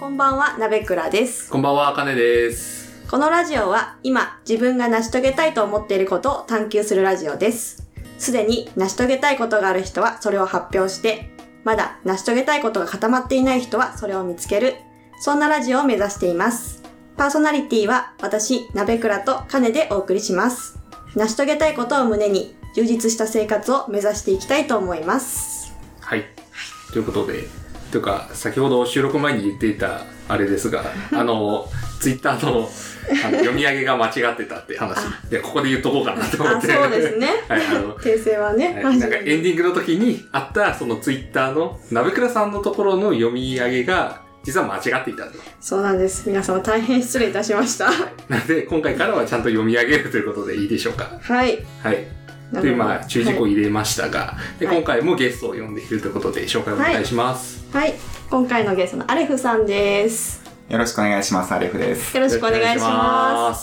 こんばんは、なべくらです。 こんばんは、あかねです。 このラジオは今自分が成し遂げたいと思っていることを探求するラジオです。すでに成し遂げたいことがある人はそれを発表して、まだ成し遂げたいことが固まっていない人はそれを見つける。そんなラジオを目指しています。パーソナリティは私、なべくらとかねでお送りします。成し遂げたいことを胸に充実した生活を目指していきたいと思います。 はい。ということで、というか先ほど収録前に言っていたあれですが、ツイッターの読み上げが間違ってたって話、いやここで言っとこうかなと思って。 そうですね。 はい、 訂正はね、 はい、なんかエンディングの時にあったそのツイッターのなべくらさんのところの読み上げが実は間違っていたと。 そうなんです。皆様大変失礼いたしました。 なので今回からはちゃんと読み上げるということでいいでしょうか。 はい。 はい。で、注意事項入れましたが、で今回もゲストを呼んでいるということで紹介お願いします。 はい。今回のゲストのアレフさんです。 よろしくお願いします。アレフです。 よろしくお願いします。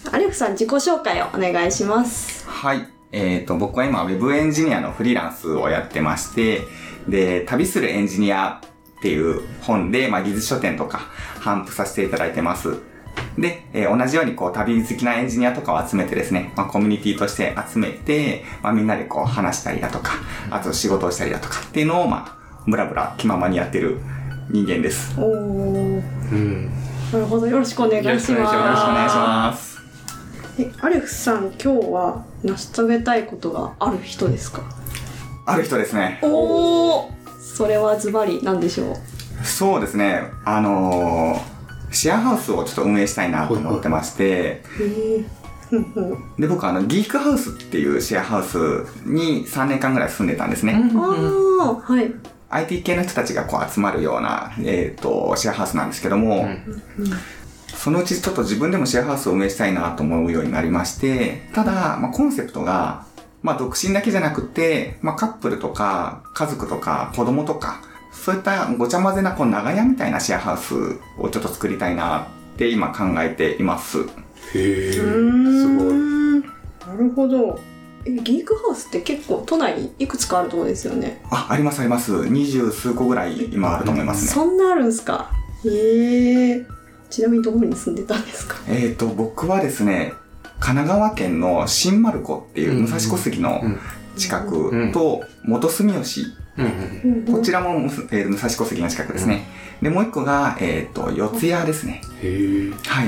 アレフさん、自己紹介をお願いします。 はい。僕は今、ウェブエンジニアのフリーランスをやってまして、で、旅するエンジニアっていう本で、技術書店とか、頒布させていただいてます。で、同じように旅好きなエンジニアとかを集めてですね、コミュニティとして集めて、みんなで話したりだとか、あと仕事をしたりだとかっていうのを、ブラブラ気ままにやってる人間です。 おー。なるほど。よろしくお願いします。よろしくお願いします。 アレフさん、今日は成し遂げたいことがある人ですか？ ある人ですね。 おー。それはズバリ何でしょう？ そうですね。シェアハウスをちょっと運営したいなと思ってまして、で、僕ギークハウスっていうシェアハウスに3年間ぐらい住んでたんですね。 はい。 IT 系の人たちが集まるような、シェアハウスなんですけども、そのうちちょっと自分でもシェアハウスを運営したいなと思うようになりまして、ただ、コンセプトが、独身だけじゃなくて、カップルとか、家族とか、子供とか、そういったごちゃ混ぜな長屋みたいなシェアハウスをちょっと作りたいなって今考えています。 へー、すごい。 なるほど。ギークハウスって結構都内にいくつかあるところですよね。 ありますあります。20数個ぐらい今あると思いますね。 そんなあるんすか？ちなみにどこに住んでたんですか？ 僕はですね、神奈川県の新丸子っていう武蔵小杉の近くと元住吉、こちらも、武蔵小杉の近くですね。で、もう一個が、四谷ですね。はい。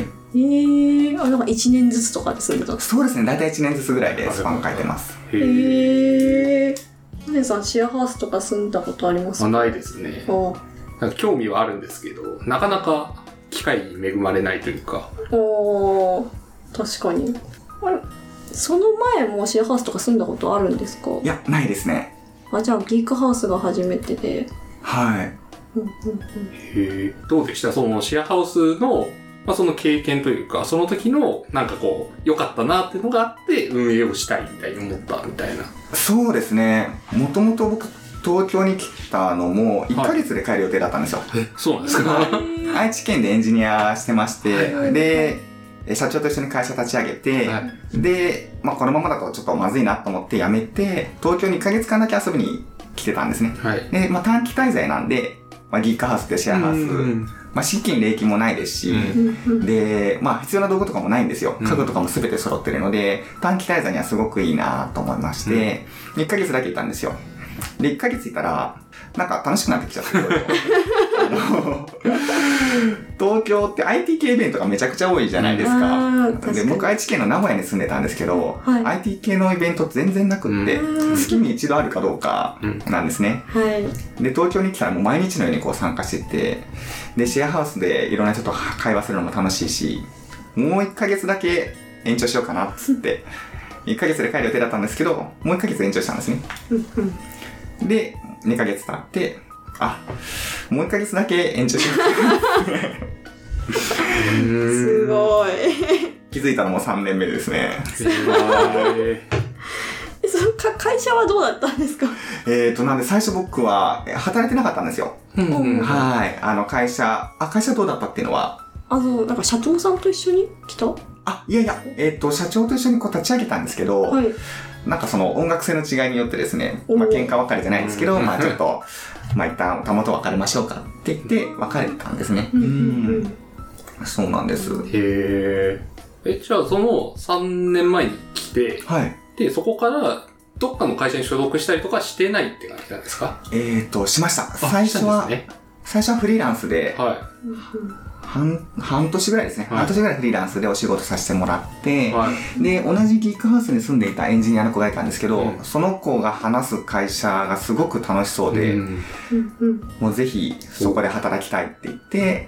なんか1年ずつとかで住んでたんですか？ そうですね。だいたい1年ずつぐらいでスパン書いてます。 マネさん、シェアハウスとか住んだことありますか？ ないですね。なんか興味はあるんですけど、なかなか機会に恵まれないというか。 確かに。その前もシェアハウスとか住んだことあるんですか？ いや、ないですね。 じゃあギークハウスが初めてで。 はい。 どうでした？そのシェアハウスの、その経験というか、その時のなんか良かったなっていうのがあって運営をしたいみたいに思ったみたいな。 そうですね。もともと僕東京に来たのも1ヶ月で帰る予定だったんですよ。 そうなんですか？ 愛知県でエンジニアしてまして、で、社長と一緒に会社立ち上げて、で、このままだとちょっとまずいなと思って辞めて、東京に1ヶ月間だけ遊びに来てたんですね。で、短期滞在なんで、ギークハウスってシェアハウス、資金礼金もないですし、で、必要な道具とかもないんですよ。家具とかも全て揃ってるので、短期滞在にはすごくいいなと思いまして、1ヶ月だけいたんですよ。で、1ヶ月いたら、なんか楽しくなってきちゃって。東京って IT 系イベントがめちゃくちゃ多いじゃないですか。で、僕愛知県の名古屋に住んでたんですけど、IT 系のイベント全然なくって、月に一度あるかどうかなんですね。で、東京に来たらもう毎日のように参加してて、で、シェアハウスでいろんな人と会話するのも楽しいし、もう1ヶ月だけ延長しようかなっつって、1ヶ月で帰る予定だったんですけど、もう1ヶ月延長したんですね。で、2ヶ月経って、もう1ヶ月だけ延長しよう。 すごい。 気づいたらもう3年目ですね。 会社はどうだったんですか？ なんで最初僕は働いてなかったんですよ。はい。会社どうだったっていうのは、 なんか社長さんと一緒に来た？ いやいや、社長と一緒にこう立ち上げたんですけど、 はい。 なんかその音楽性の違いによってですね、喧嘩別れじゃないですけど、ちょっと、一旦たまと別れましょうかって言って別れたんですね。そうなんです。 へー。じゃあその3年前に来て、 はい。 で、そこからどっかの会社に所属したりとかしてないって感じなんですか？ しました。最初はフリーランスで、 はい。 半年ぐらいですね。半年ぐらいフリーランスでお仕事させてもらって、 はい、 で、同じギークハウスに住んでいたエンジニアの子がいたんですけど、その子が話す会社がすごく楽しそうで、もうぜひそこで働きたいって言って、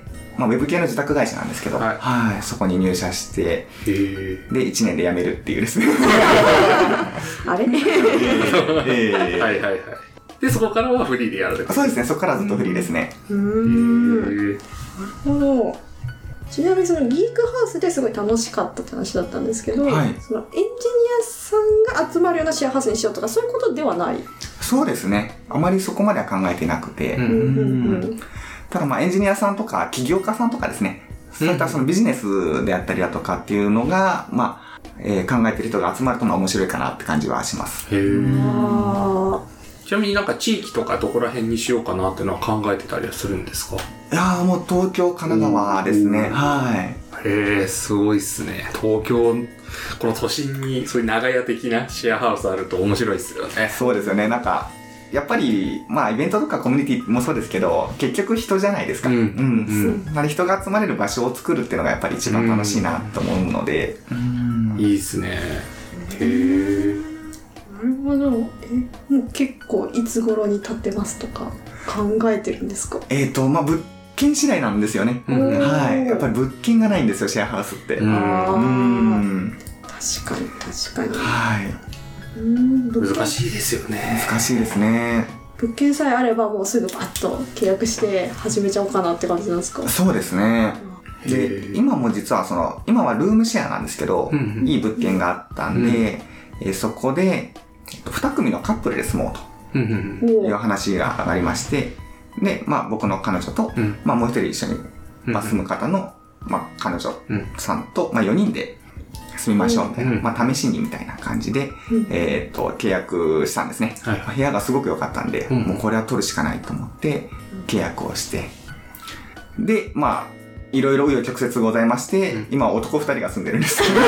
ウェブ系の自宅会社なんですけど、はい、そこに入社して、で、1年で辞めるっていうですね。 あれはいはいはい。で、そこからはフリーでやる。 そうですね、そこからずっとフリーですね。 なるほど。ちなみにそのギークハウスですごい楽しかったって話だったんですけど、そのエンジニアさんが集まるようなシェアハウスにしようとかそういうことではない？ そうですね。あまりそこまでは考えてなくて、ただエンジニアさんとか起業家さんとかですね、そういったそのビジネスであったりだとかっていうのが、考えてる人が集まると面白いかなって感じはします。 ちなみになんか地域とかどこら辺にしようかなっていうのは考えてたりはするんですか？ いやーもう東京、神奈川ですね。はい。 すごいっすね。東京、この都心にそういう長屋的なシェアハウスあると面白いっすよね。 そうですよね。なんか、やっぱり、イベントとかコミュニティもそうですけど、結局人じゃないですか。人が集まれる場所を作るっていうのがやっぱり一番楽しいなと思うので。 いいっすね。 なるほど。もう結構いつ頃に建てますとか考えてるんですか？ 物件次第なんですよね。はい。やっぱり物件がないんですよ、シェアハウスって。 確かに。 はい。 難しいですよね。 難しいですね。 物件さえあればもうすぐパッと契約して始めちゃおうかなって感じなんですか？ そうですね。で、今も実は今はルームシェアなんですけど、いい物件があったんで、そこで、2組のカップルで住もうという話が上がりまして、で、僕の彼女と、もう一人一緒に住む方の、彼女さんと、4人で住みましょうみたいな、試しにみたいな感じで、契約したんですね。部屋がすごく良かったんで、もうこれは取るしかないと思って契約をして、で、いろいろ紆余曲折ございまして、今男2人が住んでるんです。な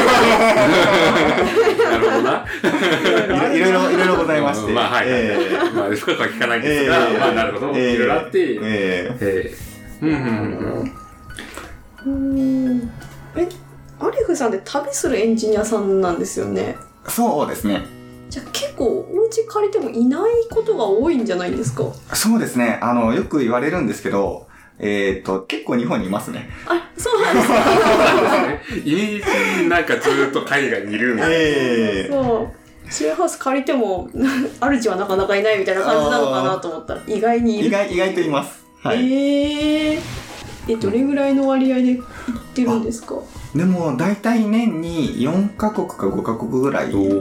るほどな。 いろいろございまして。 深くは聞かないんですが、なるほど。いろいろあって。 アリフさんって旅するエンジニアさんなんですよね。 そうですね。 じゃあ結構お家借りてもいないことが多いんじゃないですか？ そうですね。よく言われるんですけど、結構日本にいますね。 そうなんですか。 イメージなんかずっと海外にいるんで。 そう。シェアハウス借りても、主はなかなかいないみたいな感じなのかなと思ったら、意外にいる。 意外といます。はい。 どれぐらいの割合で行ってるんですか？ でも、だいたい年に4カ国か5カ国ぐらいいて、で、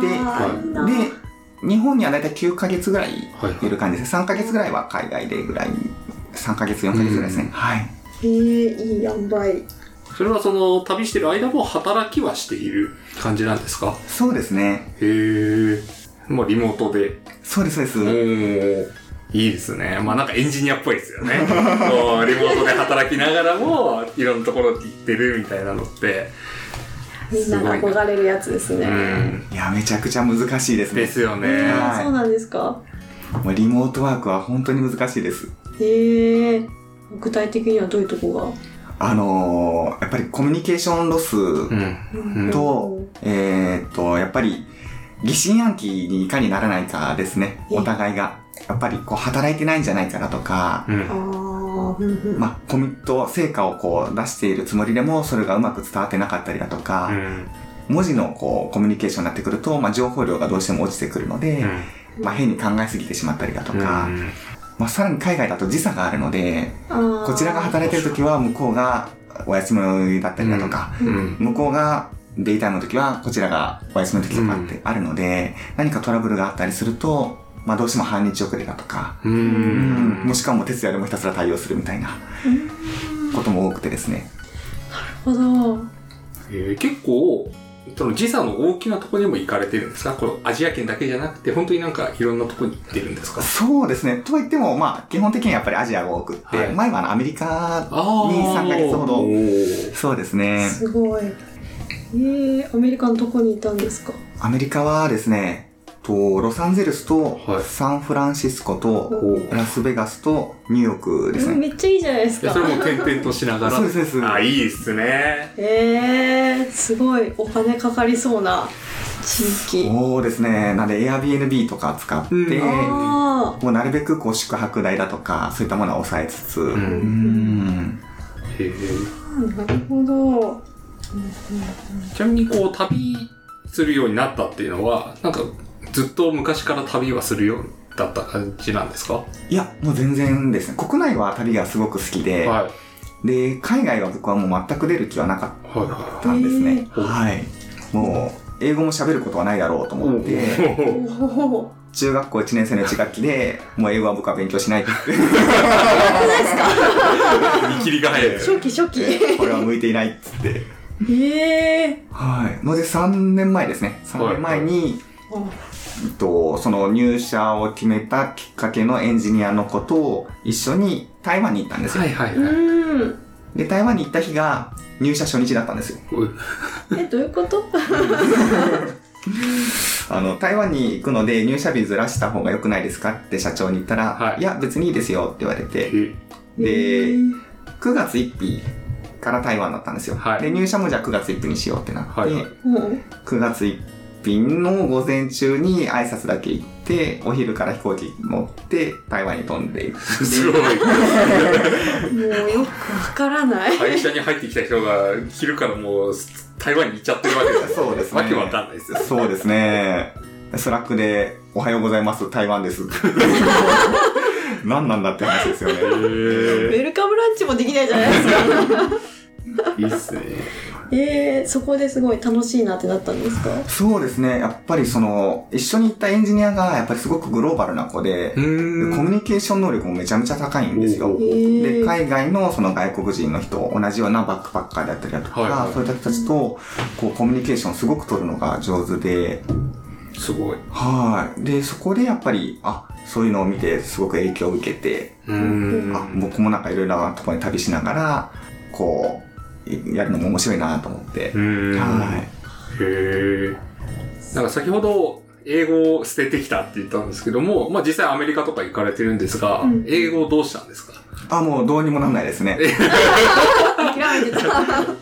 日本にはだいたい9ヶ月ぐらいいる感じです。3ヶ月ぐらいは海外でぐらい。3ヶ月、4ヶ月ぐらいですね。はい。 いい塩梅。 それは旅してる間も働きはしている感じなんですか？ そうですね。 もうリモートで。 そうです、そうです。いいですね。なんかエンジニアっぽいですよね。リモートで働きながらも、いろんなところに行ってるみたいなのって。 みんなが憧れるやつですね。 いや、めちゃくちゃ難しいですね。 ですよね。 そうなんですか？ リモートワークは本当に難しいです。 具体的にはどういうとこが？ やっぱりコミュニケーションロスと、やっぱり疑心暗鬼にいかにならないかですね。お互いが。やっぱり働いてないんじゃないかなとか、コミット、成果を出しているつもりでも、それがうまく伝わってなかったりだとか、文字のコミュニケーションになってくると、情報量がどうしても落ちてくるので、変に考えすぎてしまったりだとか、さらに海外だと時差があるので、こちらが働いてる時は向こうがお休みだったりだとか、向こうがデイタイムの時はこちらがお休みの時とかってあるので、何かトラブルがあったりすると、どうしても半日遅れだとか、もしくはもう徹夜でもひたすら対応するみたいなことも多くてですね。 ほど。 結構、その時差の大きなところにも行かれてるんですか？このアジア圏だけじゃなくて、本当になんかいろんなところに行ってるんですか？ そうですね。とは言っても、まあ、基本的にはやっぱりアジアが多くって、前はアメリカに3ヶ月ほど、そうですね。 すごい。アメリカのどこにいたんですか？ アメリカはですね、ロサンゼルスとサンフランシスコとラスベガスとニューヨークですね。 めっちゃいいじゃないですか。 それも転々としながら。 そうです。 あ、いいですね。 すごいお金かかりそうな地域。 そうですね。なんで Airbnb とか使って、もうなるべくこう宿泊代だとかそういったものは抑えつつ。 なるほど。 ちなみにこう旅するようになったっていうのは、なんかずっと昔から旅はするようだった感じなんですか？ いや、もう全然ですね。国内は旅がすごく好きで、で、海外は僕はもう全く出る気はなかったんですね。もう、英語も喋ることはないだろうと思って、中学校1年生の1学期で、もう英語は僕は勉強しないって言って。 本当ですか？ 見切りが早い。 初期。 これは向いていないっつって。ので3年前ですね。3年前に、その入社を決めたきっかけのエンジニアの子と一緒に台湾に行ったんですよ。で、台湾に行った日が入社初日だったんですよ。 どういうこと？ 台湾に行くので入社日ずらした方が良くないですかって社長に言ったら、いや別にいいですよって言われて、で、9月1日から台湾だったんですよ。で、入社もじゃあ9月1日にしようってなって、9月1日の午前中に挨拶だけ行って、お昼から飛行機乗って台湾に飛んでいく。 すごい。もうよくわからない。 会社に入ってきた人が昼からもう台湾に行っちゃってるわけです。 そうですね。 わけわかんないですよ。 そうですね。スラックでおはようございます台湾です。何なんだって話ですよね。 ウェルカムランチもできないじゃないですか。 いいっすね。そこですごい楽しいなってなったんですか？ そうですね。やっぱり一緒に行ったエンジニアがやっぱりすごくグローバルな子で、コミュニケーション能力もめちゃめちゃ高いんですよ。で、海外のその外国人の人、同じようなバックパッカーだったりだとか、そういった人たちとこうコミュニケーションすごく取るのが上手で、 すごい。 で、そこでやっぱり、そういうのを見てすごく影響を受けて、僕もなんかいろいろなところに旅しながら、こう、やるのも面白いなと思って。 なんか先ほど、英語を捨ててきたって言ったんですけども、まあ実際アメリカとか行かれてるんですが、英語をどうしたんですか？ もうどうにもなんないですね。 諦めてた。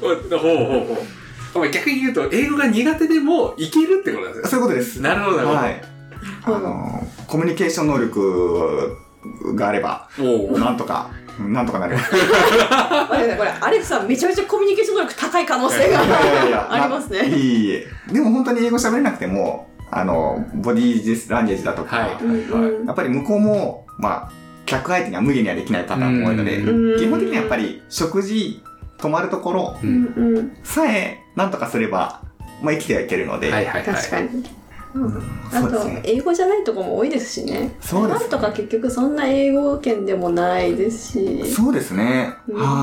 逆に言うと、英語が苦手でもいけるってことなんですか？ そういうことです。 なるほど、なるほど。 コミュニケーション能力があれば、なんとかなります。 これ、アレクさんめちゃめちゃコミュニケーション能力高い可能性がありますね。 いいえ。でも本当に英語喋れなくても、ボディーランゲージだとか、やっぱり向こうも、客相手には無理にはできないパターンも多いので、基本的にはやっぱり食事、泊まるところさえなんとかすれば、生きてはいけるので。 確かに。あと、英語じゃないとこも多いですしね。 そうです。 なんとか結局そんな英語圏でもないですし。 そうですね。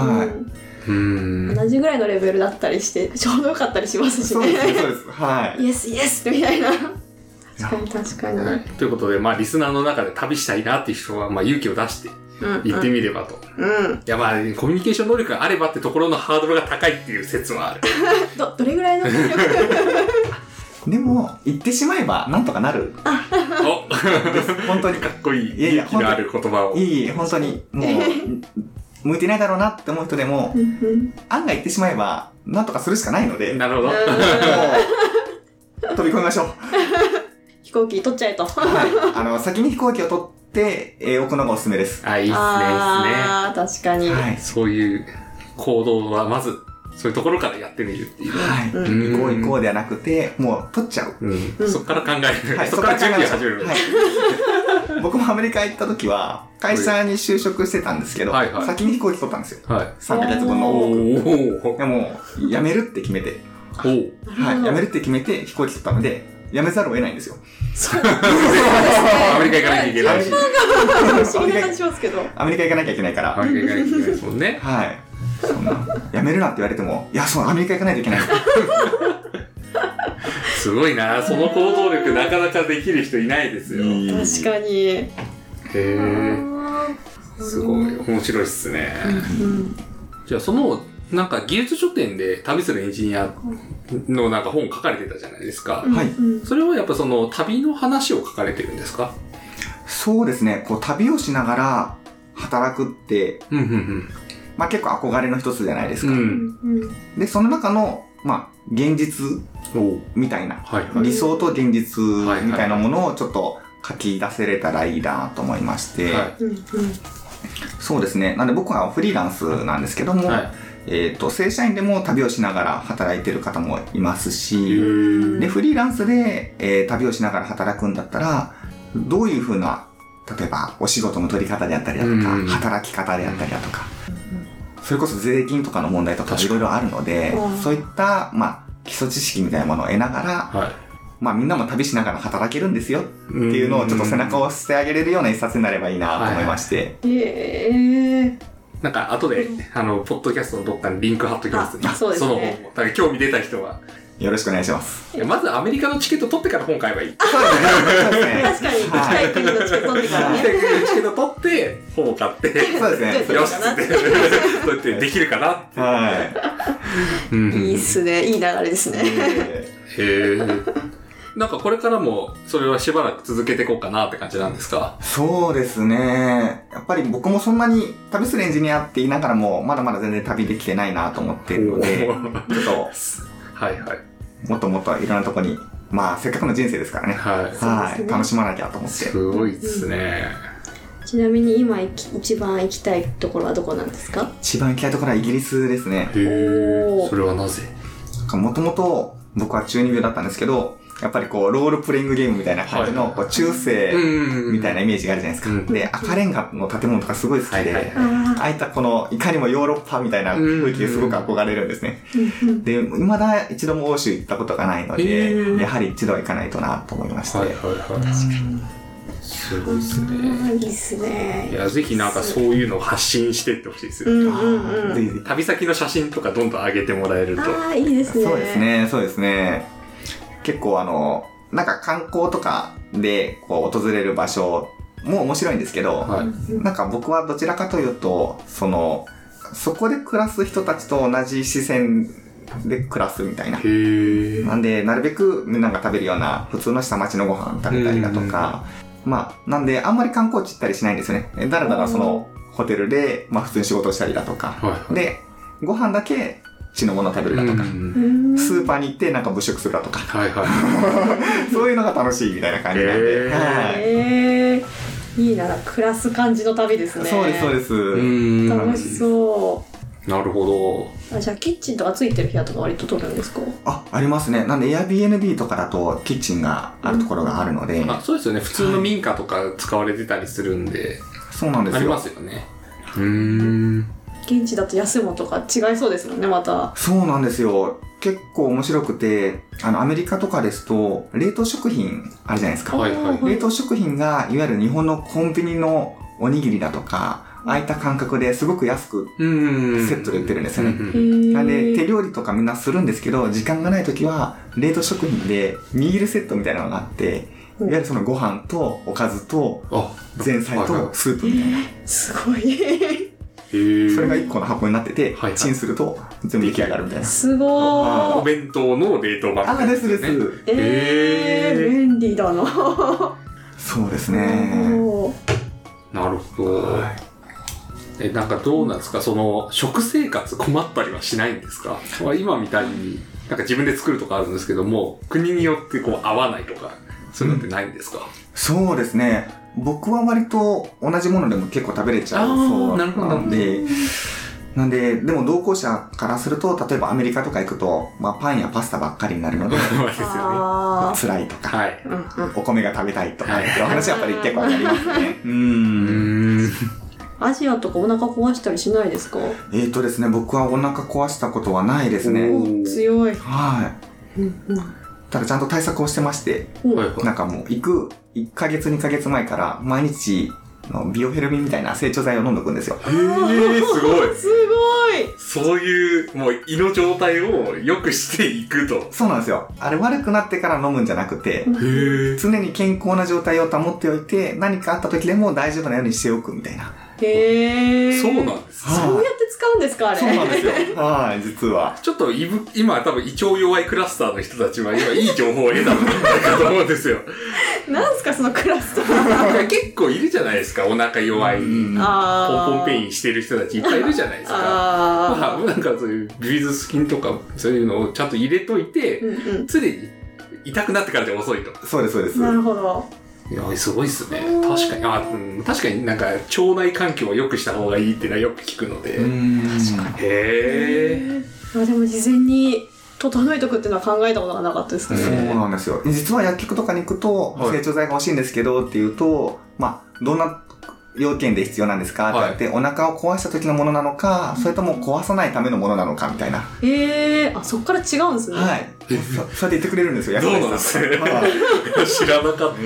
同じぐらいのレベルだったりして、ちょうどよかったりしますしね。 そうです。 イエスイエスみたいな。確かに。 ということで、リスナーの中で旅したいなっていう人は、勇気を出して行ってみればと。いや、コミュニケーション能力があればってところのハードルが高いっていう説はある。 どれぐらいの能力？ でも、言ってしまえば、なんとかなる。本当に。 かっこいい。勇気のある言葉を。 本当に。もう、向いてないだろうなって思う人でも、案外言ってしまえば、なんとかするしかないので。 なるほど。 飛び込みましょう。 飛行機取っちゃえと。 先に飛行機を取っておくのがおすすめです。 いいっすね、いいっすね。 確かに。 そういう行動はまず、そういうところからやってみるっていう。 行こうではなくて、もう取っちゃう。 そっから考える。そっから準備を始める。 僕もアメリカ行った時は、会社に就職してたんですけど、先に飛行機取ったんですよ。3ヶ月分の往復。でも、辞めるって決めて。辞めるって決めて飛行機取ったので、辞めざるを得ないんですよ。 そうですね。アメリカ行かなきゃいけないし。 不思議な感じしますけど。 アメリカ行かなきゃいけないから。 アメリカ行かなきゃいけないですもんね。 そんな、やめるなって言われても、いや、アメリカ行かないといけない。 すごいな、その行動力なかなかできる人いないですよ。 確かに。 へえ。すごい、面白いっすね。じゃあなんか技術書店で旅するエンジニアのなんか本書かれてたじゃないですか。 はい。 それはやっぱ旅の話を書かれてるんですか？ そうですね。旅をしながら働くって、まあ結構憧れの一つじゃないですか。で、その中の、まあ現実みたいな、理想と現実みたいなものをちょっと書き出せれたらいいなと思いまして、そうですね。なんで僕はフリーランスなんですけども、正社員でも旅をしながら働いてる方もいますし、で、フリーランスで、旅をしながら働くんだったら、どういうふうな、例えばお仕事の取り方であったりだとか、働き方であったりだとか、それこそ税金とかの問題とかいろいろあるので、そういった、まあ、基礎知識みたいなものを得ながら、まあみんなも旅しながら働けるんですよっていうのをちょっと背中を押してあげれるような一冊になればいいなと思いまして。 なんか後で、ポッドキャストのどっかにリンク貼っときますね。 そうですね。 その本も。だから興味出た人は。 よろしくお願いします。 まずアメリカのチケット取ってから本買えばいい。 そうですね。 確かに、行きたい国のチケット取ってからね。 行きたい国のチケット取って、本を買って。 そうですね。 よしって。そうやってできるかなって。 はい。 いいっすね。いい流れですね。 へー。なんかこれからもそれはしばらく続けていこうかなって感じなんですか？ そうですね。やっぱり僕もそんなに旅するエンジニアって言いながらもまだまだ全然旅できてないなと思っているので、ちょっとはいはい。 もっともっといろんなとこに、まあせっかくの人生ですからね。はい。楽しまなきゃと思って。 すごいですね。 ちなみに今一番行きたいところはどこなんですか？ 一番行きたいところはイギリスですね。 へー。それはなぜ？ もともと僕は中二病だったんですけど、やっぱりロールプレイングゲームみたいな感じの、中世みたいなイメージがあるじゃないですか。で、赤レンガの建物とかすごい好きで、ああいったいかにもヨーロッパみたいな雰囲気ですごく憧れるんですね。で、未だ一度も欧州行ったことがないので、やはり一度は行かないとなと思いまして。 確かに。 すごいですね。 いいっすね。 いや、ぜひなんかそういうのを発信していってほしいですよ。ぜひ旅先の写真とかどんどん上げてもらえると。 ああ、いいですね。 そうですね、そうですね。結構なんか観光とかで訪れる場所も面白いんですけど、なんか僕はどちらかというと、そこで暮らす人たちと同じ視線で暮らすみたいな。なんで、なるべくみんなが食べるような普通の下町のご飯食べたりだとか、まあ、なんであんまり観光地行ったりしないんですよね。だらだらホテルで、まあ普通に仕事をしたりだとか、で、ご飯だけ地のものを食べるだとか、スーパーに行ってなんか物色するだとか、そういうのが楽しいみたいな感じなんで。 いいな、暮らす感じの旅ですね。 そうです、そうです。 楽しそう。 なるほど。じゃあキッチンとかついてる部屋とか割と取るんですか？ ありますね。なんで Airbnb とかだとキッチンがあるところがあるので。 そうですよね。普通の民家とか使われてたりするんで。 そうなんですよ。 ありますよね。 現地だと安いものとか違いそうですもんね、また。 そうなんですよ。結構面白くて、アメリカとかですと、冷凍食品あるじゃないですか。冷凍食品が、いわゆる日本のコンビニのおにぎりだとか、ああいった感覚ですごく安くセットで売ってるんですよね。なんで、手料理とかみんなするんですけど、時間がないときは、冷凍食品でミールセットみたいなのがあって、いわゆるそのご飯とおかずと前菜とスープみたいな。 すごい。 それが1個の箱になってて、チンすると全部出来上がるみたいな。 すごー。 お弁当の冷凍版です。 便利だな。 そうですね。 なるほど。なんかどうなんですか、食生活困ったりはしないんですか？今みたいになんか自分で作るとかあるんですけども、国によって合わないとかそういうのってないんですか？ そうですね。僕は割と同じものでも結構食べれちゃうそうなんで、でも同行者からすると、例えばアメリカとか行くと、まあパンやパスタばっかりになるので、辛いとか、お米が食べたいとか、っていう話はやっぱり結構ありますね。 アジアとかお腹壊したりしないですか？ ですね、僕はお腹壊したことはないですね。 強い。 はい。ただちゃんと対策をしてまして、なんかもう行く1ヶ月2ヶ月前から毎日ビオフェルミンみたいな成長剤を飲んどくんですよ。 すごい。 すごい。 そういう、もう胃の状態を良くしていくと。 そうなんですよ。あれ悪くなってから飲むんじゃなくて、常に健康な状態を保っておいて、何かあった時でも大丈夫なようにしておくみたいな。 へー。そうなんです。 そうやって使うんですか、あれ。 そうなんですよ。はい、実は。 ちょっと今多分胃腸弱いクラスターの人たちは今いい情報を得たのではないかと思うんですよ。 なんすかそのクラスター。 結構いるじゃないですか、お腹弱い、ポンポンペインしてる人たちいっぱいいるじゃないですか。まあ、なんかそういうビフィズス菌とかそういうのをちゃんと入れといて、常に痛くなってからで遅いと。 そうです、そうです。 なるほど。 いや、すごいっすね。確かに、確かになんか腸内環境を良くした方がいいっていうのはよく聞くので。 確かに。へー。でも事前に整えとくっていうのは考えたことがなかったですね。 そうなんですよ。実は薬局とかに行くと、成長剤が欲しいんですけどっていうと、まあ、どんな要件で必要なんですかって言って、お腹を壊した時のものなのか、それとも壊さないためのものなのかみたいな。 あ、そっから違うんですね。 はい。そうやって言ってくれるんですよ、 そうなんですね。知らなかった。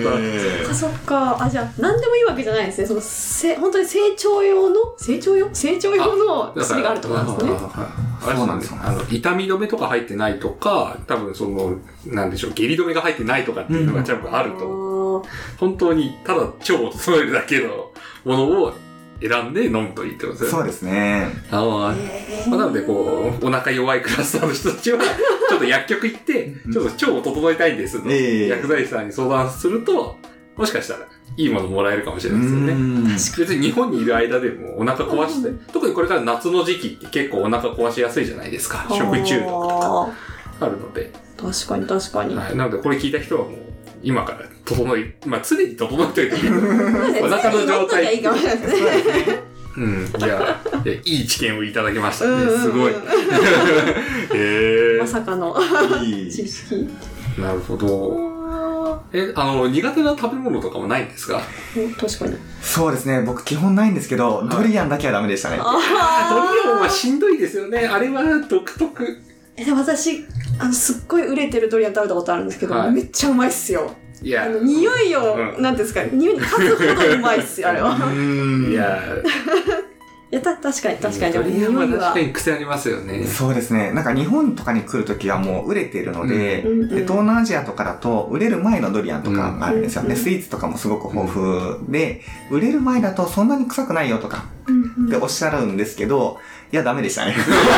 そっか。あ、じゃあ、何でもいいわけじゃないですね。本当に成長用の薬があるってことなんですね。 そうなんですよ。 痛み止めとか入ってないとか、多分なんでしょう、下痢止めが入ってないとかっていうのが多分あると。本当に、ただ腸を整えるだけのものを選んで飲むといいってことですね。 そうですね。 なのでお腹弱いクラスターの人たちは、ちょっと薬局行って、ちょっと腸を整えたいんですと、薬剤師さんに相談すると、もしかしたら、いいものもらえるかもしれないですよね。別に日本にいる間でもお腹壊して、特にこれから夏の時期って結構お腹壊しやすいじゃないですか。食中毒とかあるので。 確かに確かに。 はい、なのでこれ聞いた人はもう、今から常に整えておいていい。お腹の状態。いいかもしれないですね。いい知見をいただきましたね。すごい。 まさかの知識。 なるほど。苦手な食べ物とかもないんですか？ 確かに。 そうですね。僕基本ないんですけど、ドリアンだけはダメでしたね。 ドリアンはしんどいですよね。あれは独特。 でも私、すっごい売れてるドリアン食べたことあるんですけど、めっちゃうまいっすよ。いや、匂いを、なんですか、匂いに勝つほどうまいっすよ、あれは。いや、確かに。 ドリアンは確かに癖ありますよね。 そうですね。なんか日本とかに来るときはもう売れているので、で、東南アジアとかだと売れる前のドリアンとかがあるんですよね。スイーツとかもすごく豊富で、売れる前だとそんなに臭くないよとかっておっしゃるんですけど、いや、ダメでしたね。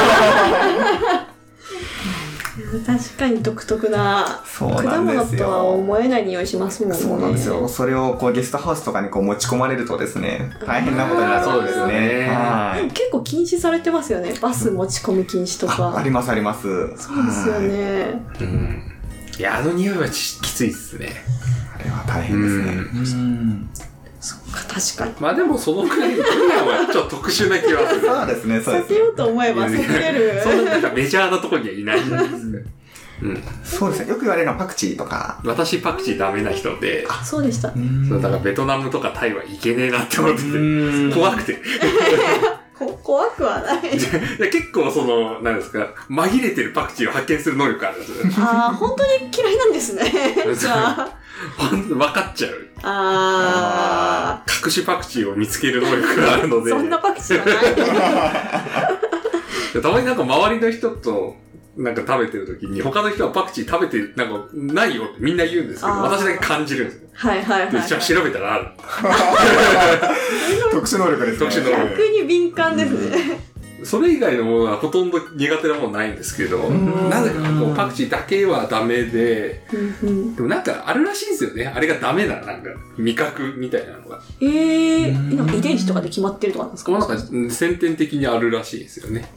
確かに独特な果物とは思えない匂いしますもんね。 そうなんですよ。それをゲストハウスとかに持ち込まれるとですね、大変なことになるそうですね。 結構禁止されてますよね。バス持ち込み禁止とか。 あります。 そうですよね。 いや、匂いはきついですね。 あれは大変ですね。 そっか、確かに。 まあでもそのくらいのドリアンはちょっと特殊な気はする。 そうですね、そうですね。 避けようと思えば避けれる。 そんななんかメジャーなところにはいないんですね。 そうですね。よく言われるのはパクチーとか。 私パクチーダメな人で。 あ、そうでした。 だからベトナムとかタイはいけねえなって思ってて。怖くて。 怖くはない。 結構なんですか、紛れてるパクチーを発見する能力あるんですよ。 本当に嫌いなんですね。じゃあ。 分かっちゃう。隠しパクチーを見つける能力があるので。 そんなパクチーはない。 たまになんか周りの人となんか食べてる時に他の人はパクチー食べてなんかないよってみんな言うんですけど、私だけ感じるんですよ。で、調べたらある。 特殊能力ですね。 逆に敏感ですね。 それ以外のものはほとんど苦手なものないんですけど、なぜかパクチーだけはダメで、でもなんかあるらしいんですよね。あれがダメな、なんか味覚みたいなのが。 なんか遺伝子とかで決まってるとかなんですか？ なんか先天的にあるらしいですよね。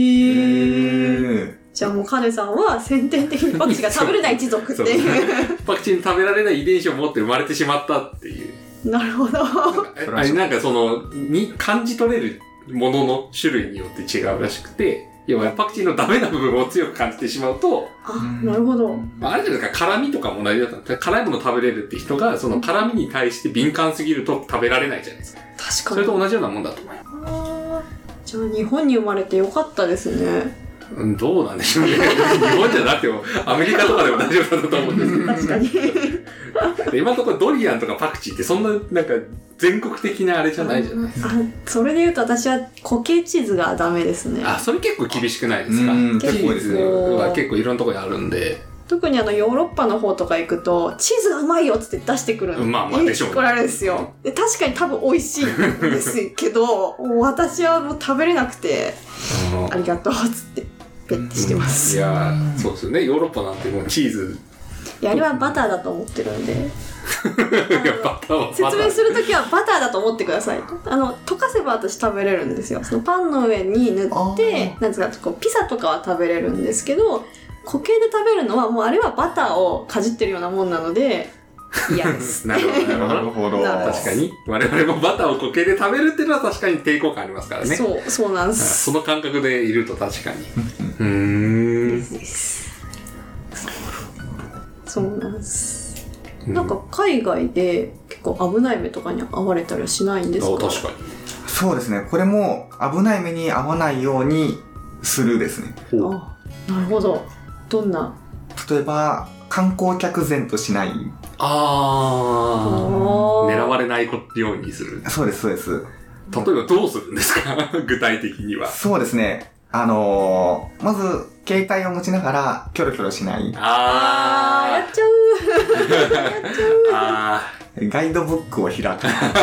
じゃあもうカネさんは先天的にパクチーが食べれない一族っていう。 パクチーに食べられない遺伝子を持って生まれてしまったっていう。 なるほど。 あれなんか感じ取れるものの種類によって違うらしくて、要はパクチーのダメな部分を強く感じてしまうと、 なるほど。 あれじゃないですか、辛味とかも同じだったんです。辛いもの食べれるって人が、その辛味に対して敏感すぎると食べられないじゃないですか。 確かに。 それと同じようなもんだと思います。 じゃあ日本に生まれてよかったですね。 どうなんでしょうね。日本じゃなくても、アメリカとかでも大丈夫だと思うんですけど。 確かに。 今のところドリアンとかパクチーってそんな、なんか、全国的なあれじゃないじゃないですか。 それで言うと私は固形チーズがダメですね。 それ結構厳しくないですか？ 結構ですね。 結構いろんなところにあるんで。 特にヨーロッパの方とか行くと、チーズがうまいよっつって出してくるの。 まあでしょうね。 これあるんですよ。で確かに多分美味しいんですけど、私はもう食べれなくて、ありがとうっつって、ペッてしてます。 いやそうですよね。ヨーロッパなんてもうチーズ。 いや、あれはバターだと思ってるんで。 いやバターは説明するときはバターだと思ってください。溶かせば私食べれるんですよ。そのパンの上に塗って、なんですか、こうピザとかは食べれるんですけど、固形で食べるのはもうあれはバターをかじってるようなもんなので、嫌です。 なるほど、なるほど。 なるほど。 確かに。我々もバターを固形で食べるっていうのは確かに抵抗感ありますからね。 そうなんです。 その感覚でいると確かに。 そうなんです。なんか海外で結構危ない目とかに遭われたりはしないんですか？ 確かに。 そうですね。これも危ない目に遭わないようにするですね。 なるほど。どんな？ 例えば観光客前としない。 狙われないようにする。 そうです、そうです。 例えばどうするんですか？具体的には。 そうですね。まず、携帯を持ちながら、キョロキョロしない。 やっちゃうガイドブックを開く。 や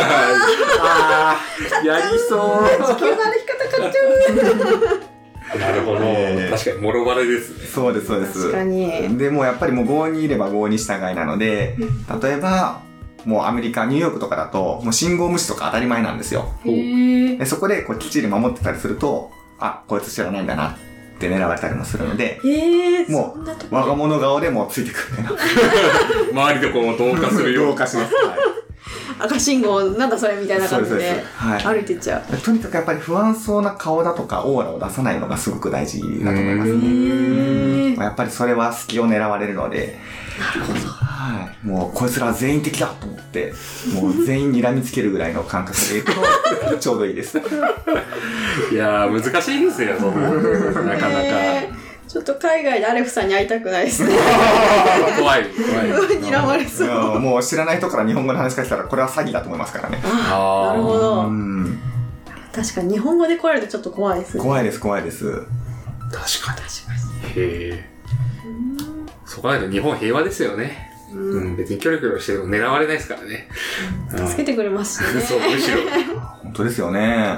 りそう。 地球の歩き方買っちゃう。なるほど。確かに、もろバレですね。 そうです、そうです。 確かに。 で、もうやっぱりもう郷にいれば郷に従いなので、例えば、もうアメリカ、ニューヨークとかだと、もう信号無視とか当たり前なんですよ。でそこでこうきっちり守ってたりすると、こいつ知らないんだなって狙われたりもするので、もう我が物顔でもうついてくるみたいな。 周りでこう同化するよう。 同化します。 赤信号なんだそれみたいな感じで歩いてっちゃう。 とにかくやっぱり不安そうな顔だとかオーラを出さないのがすごく大事だと思いますね。やっぱりそれは隙を狙われるので、 なるほど。 もうこいつら全員敵だと思って、もう全員睨みつけるぐらいの感覚でいくとちょうどいいです。 いやー難しいですよ、そんな。なかなか。 ちょっと海外でアレフさんに会いたくないですね。 怖い。 睨まれそう。 もう知らない人から日本語で話しかけたらこれは詐欺だと思いますからね。 なるほど。確かに日本語で来られるとちょっと怖いですね。 怖いです、怖いです。 確かに。へー。そこは日本平和ですよね。別にキョロキョロしても狙われないですからね。 助けてくれますしね。 そう、むしろ。 本当ですよね。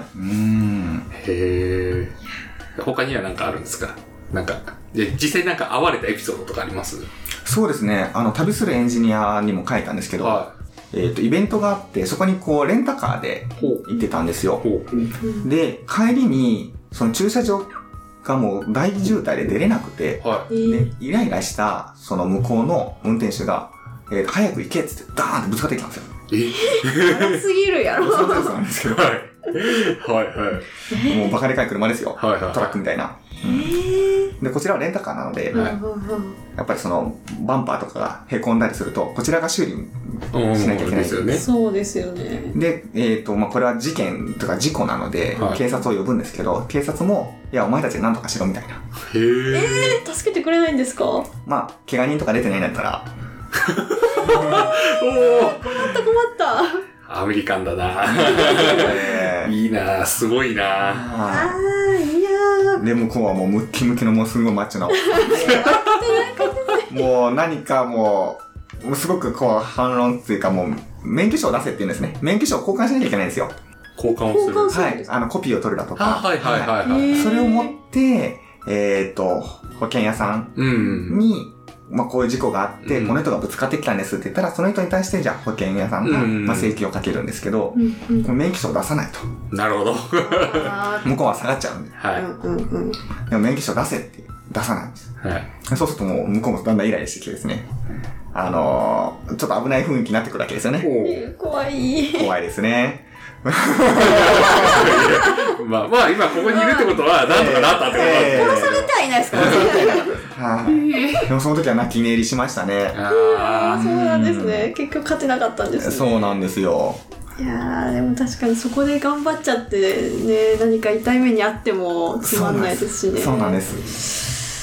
へー。他には何かあるんですか？なんか、実際なんか会われたエピソードとかあります？ そうですね。旅するエンジニアにも書いたんですけど、イベントがあって、そこにこう、レンタカーで行ってたんですよ。で、帰りに、その駐車場がもう大渋滞で出れなくて、でイライラしたその向こうの運転手が、早く行けっつってダーンってぶつかってきたんですよ。 早すぎるやろ。 そうなんですけど。もうバカでかい車ですよ。トラックみたいな。で、こちらはレンタカーなので、やっぱりそのバンパーとかが凹んだりすると、こちらが修理しなきゃいけないですよね。 そうですよね。 で、これは事件とか事故なので、警察を呼ぶんですけど、警察も、いや、お前たち何とかしろみたいな。 助けてくれないんですか？ 怪我人とか出てないんだったら。 困った。 アメリカンだな。いいな、すごいな。 で、向こうはもうムッキムキのもうすごいマッチョな。もう何かもう、すごくこう反論っていうかもう、免許証を出せって言うんですね。免許証を交換しなきゃいけないんですよ。 交換をする。 コピーを取るだとか。 それを持って、保険屋さんに、こういう事故があって、この人がぶつかってきたんですって言ったら、その人に対してじゃあ保険屋さんが、請求をかけるんですけど、免許証を出さないと。 なるほど。 向こうは下がっちゃうんで。でも免許証出せって出さないんです。そうするともう向こうもだんだんイライラしてきてですね。ちょっと危ない雰囲気になってくるわけですよね。 怖いですね。 今ここにいるってことは、なんとかなったってことなんです殺されてはいないですからね。 でもその時は泣き寝入りしましたね。 そうなんですね。結局勝てなかったんですね。 そうなんですよ。 いやーでも確かにそこで頑張っちゃってね、何か痛い目にあってもつまんないですしね。 そうなんです。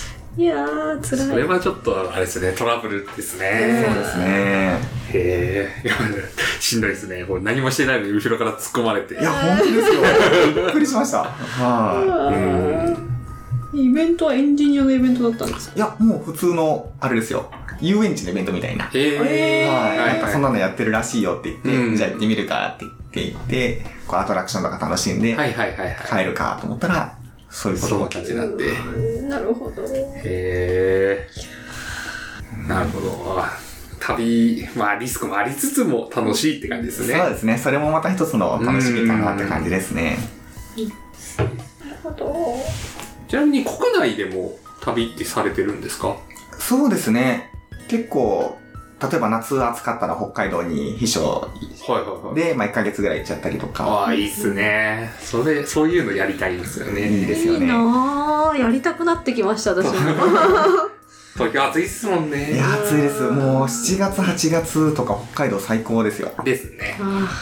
いやー辛い。 それはちょっとあれですね、トラブルですね。 そうですね。 へえ、しんどいですね。これ何もしてないのに後ろから突っ込まれて。 いや本当ですよ。びっくりしました。はい。 イベントはエンジニアのイベントだったんですか？ いやもう普通のあれですよ。遊園地のイベントみたいな。はい。そんなのやってるらしいよって言って、じゃあ行ってみるかって言って、こうアトラクションとか楽しんで、帰るかと思ったら、そういうことが感じになって。 なるほど。 へー。なるほど。旅、まあリスクもありつつも楽しいって感じですね。 そうですね。それもまた一つの楽しみかなって感じですね。 なるほど。 ちなみに国内でも旅ってされてるんですか？ そうですね。結構、例えば夏暑かったら北海道に秘書で、まあ1ヶ月ぐらい行っちゃったりとか。 ああ、いいっすね。そういうのやりたいんですよね。 いいですよね。 いいなぁ。やりたくなってきました、私も。 東京暑いっすもんね。 いや、暑いです。もう7月、8月とか北海道最高ですよ。 ですね。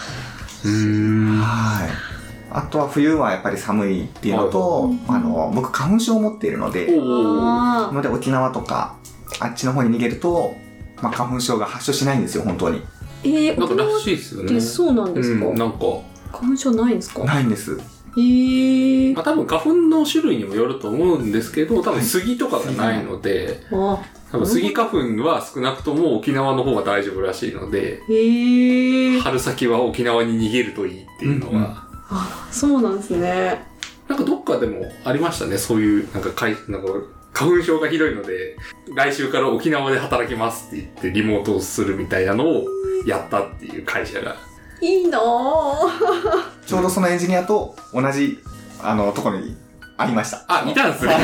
はい。あとは冬はやっぱり寒いっていうのと、僕花粉症を持っているので、沖縄とか、あっちの方に逃げると、まあ、花粉症が発症しないんですよ、本当に。 なんからしいですよね。 そうなんですか？ なんか。 花粉症ないんですか？ ないんです。 まあ多分花粉の種類にもよると思うんですけど、多分杉とかがないので、多分杉花粉は少なくとも沖縄の方が大丈夫らしいので、春先は沖縄に逃げるといいっていうのが。 そうなんですね。 なんかどっかでもありましたね、そういう、なんか花粉症がひどいので、来週から沖縄で働きますって言ってリモートをするみたいなのをやったっていう会社が。 いいなぁ。 ちょうどそのエンジニアと同じ、ところにありました。 あ、いたんですね。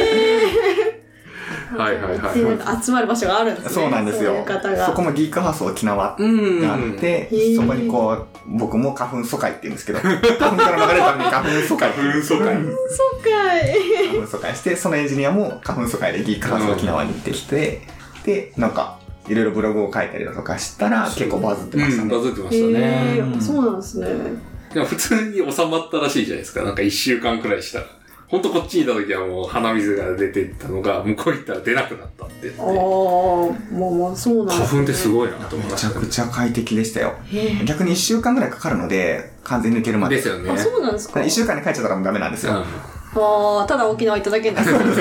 はい。 集まる場所があるんですね。 そうなんですよ。そこもギークハウス沖縄があって、そこにこう、僕も花粉疎開って言うんですけど、花粉から流れるために花粉疎開。花粉疎開して、そのエンジニアも花粉疎開でギークハウス沖縄に行ってきて、で、なんか、いろいろブログを書いたりだとかしたら結構バズってましたね。 バズってましたね。 そうなんですね。 でも普通に収まったらしいじゃないですか。なんか1週間くらいしたら。ほんとこっちにいた時はもう鼻水が出てたのが、向こう行ったら出なくなったって言って。 まあそうなんですね。 花粉ってすごいなと思いました。 めちゃくちゃ快適でしたよ。逆に1週間くらいかかるので、完全に抜けるまで。 ですよね。 そうなんですか？ 1 週間で帰っちゃったらもうダメなんですよ。 ただ沖縄行っただけなんですか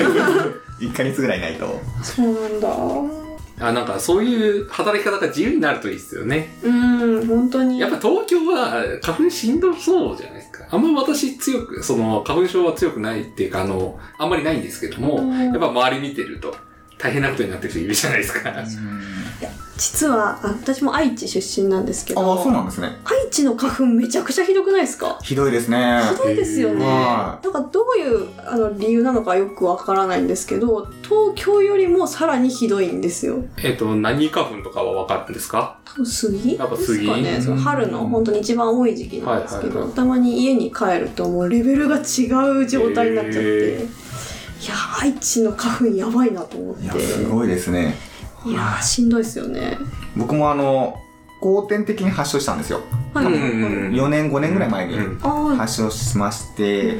？1ヶ月ぐらいないと。 そうなんだ。 なんかそういう働き方が自由になるといいですよね。 本当に。 やっぱ東京は花粉しんどそうじゃないですか。あんま私花粉症は強くないっていうか、あんまりないんですけども、やっぱ周り見てると大変なことになってる人いるじゃないですか。 実は、私も愛知出身なんですけど。 そうなんですね。 愛知の花粉めちゃくちゃひどくないですか？ ひどいですね。 ひどいですよね。なんかどういう理由なのかよくわからないんですけど、東京よりもさらにひどいんですよ。 何花粉とかはわかるんですか？ 杉やっぱ杉ですかね。春の本当に一番多い時期なんですけど、たまに家に帰るともうレベルが違う状態になっちゃって、いや、愛知の花粉やばいなと思って。いや、 すごいですね。 いや、しんどいですよね。 僕も後天的に発症したんですよ。4年、5年ぐらい前に発症しまして、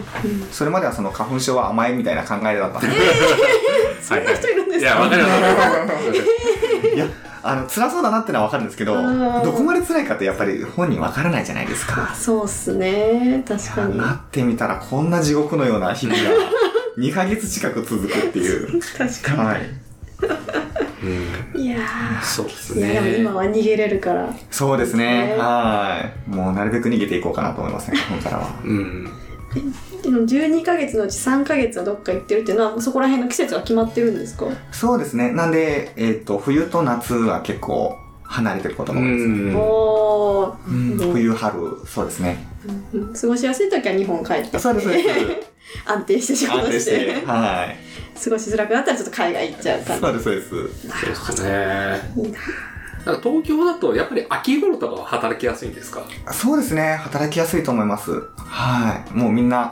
それまでは花粉症は甘いみたいな考えだったんです。 そんな人いるんですか？ いや、わかる。 いや、辛そうだなってのはわかるんですけど、どこまで辛いかってやっぱり本人わからないじゃないですか。 そうっすね。確かに。 なってみたらこんな地獄のような日々が2ヶ月近く続くっていう。 確かに。はい。いやー、 そうですね。 でも今は逃げれるから。 そうですね。はい。もうなるべく逃げていこうかなと思いますね、ここからは。 でも12ヶ月のうち3ヶ月はどっか行ってるっていうのは、そこら辺の季節は決まってるんですか？そうですね。なんで、冬と夏は結構離れてることが多いです。冬、春、そうですね。過ごしやすい時は日本帰って。そうです、そうです。安定して仕事して。はい。過ごしづらくなったらちょっと海外行っちゃう感じ。そうです、そうです。そうですね。いいな。 なんか東京だとやっぱり秋頃とかは働きやすいんですか？ そうですね。働きやすいと思います。はい。もうみんな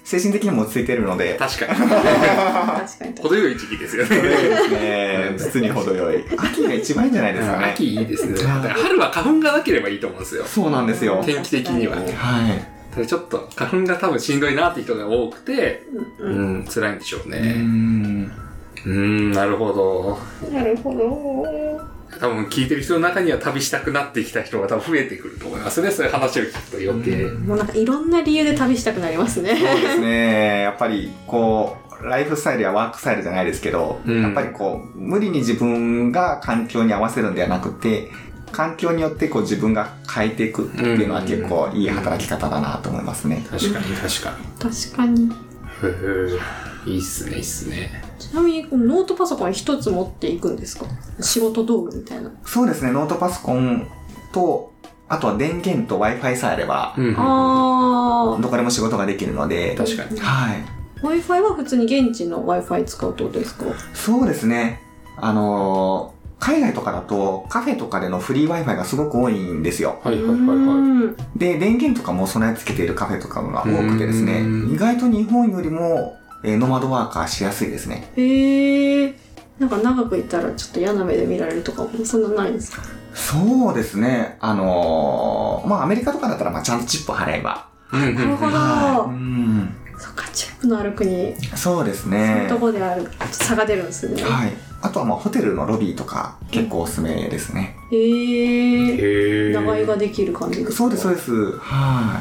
精神的にも落ち着いてるので。 確かに。 確かに。 程よい時期ですよね。 程よいですね。実に程よい。秋が一番いいんじゃないですかね。 秋いいですね。春は花粉がなければいいと思うんですよ。 そうなんですよ。 天気的にはね。 はい。 ただちょっと花粉が多分しんどいなって人が多くて、辛いんでしょうね。なるほど。 なるほど。 多分聞いてる人の中には旅したくなってきた人が多分増えてくると思いますね。そういう話を聞くと余計。 もうなんかいろんな理由で旅したくなりますね。 そうですね。やっぱりこう、ライフスタイルやワークスタイルじゃないですけど、やっぱりこう、無理に自分が環境に合わせるんではなくて、環境によってこう自分が変えていくっていうのは結構いい働き方だなと思いますね。 確かに確かに。 確かに。 いいっすね、いいっすね。 ちなみにノートパソコン一つ持っていくんですか？仕事道具みたいな。 そうですね、ノートパソコンと、あとは電源と Wi-Fi さえあれば、どこでも仕事ができるので。 確かに。 はい。 Wi-Fi は普通に現地の Wi-Fi 使うってことですか？ そうですね。海外とかだとカフェとかでのフリー Wi-Fi がすごく多いんですよ。 はいはいはいはい。で、電源とかも備え付けているカフェとかが多くてですね、意外と日本よりも、ノマドワーカーしやすいですね。 へー。なんか長くいたらちょっと嫌な目で見られるとかもそんなないんですか？ そうですね。まあアメリカとかだったらちゃんとチップ払えば。 なるほど。そっか、チップのある国。 そうですね。 そういうとこである差が出るんですね。 はい。あとはホテルのロビーとか結構おすすめですね。 へー。長居ができる感じですか？ そうです、そうです。はい。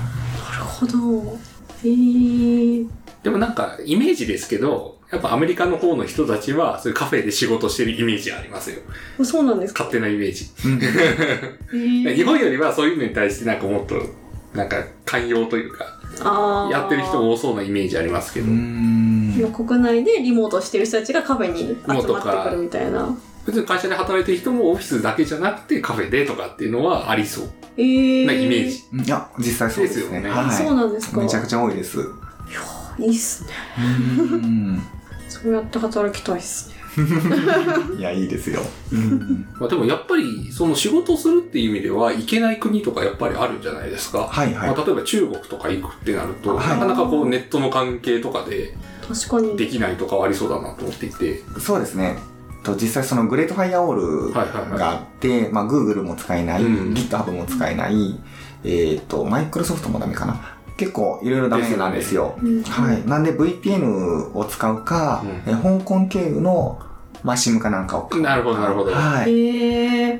なるほど。へー。 でもなんかイメージですけど、やっぱアメリカの方の人たちはそういうカフェで仕事してるイメージありますよ。 そうなんですか？ 勝手なイメージ。日本よりはそういうのに対してなんかもっとなんか寛容というかやってる人も多そうなイメージありますけど。 国内でリモートしてる人たちがカフェに集まってくるみたいな。 別に会社で働いてる人もオフィスだけじゃなくてカフェでとかっていうのはありそうなイメージ。 いや、実際そうですね。 はい、そうなんですか。 めちゃくちゃ多いです。 いいっすね。そうやって働きたいっすね。 いや、いいですよ。 でもやっぱりその仕事をするっていう意味では行けない国とかやっぱりあるんじゃないですか。 はいはい。 例えば中国とか行くってなると、なかなかこうネットの関係とかでできないとかはありそうだなと思っていて。 そうですね。実際そのグレートファイアオールがあって、Google も使えない、GitHub も使えない、マイクロソフトもダメかな。結構いろいろダメなんですよ。はい。なんで VPN を使うか、香港経由のSIM かなんかを。 なるほど、なるほど。 はい。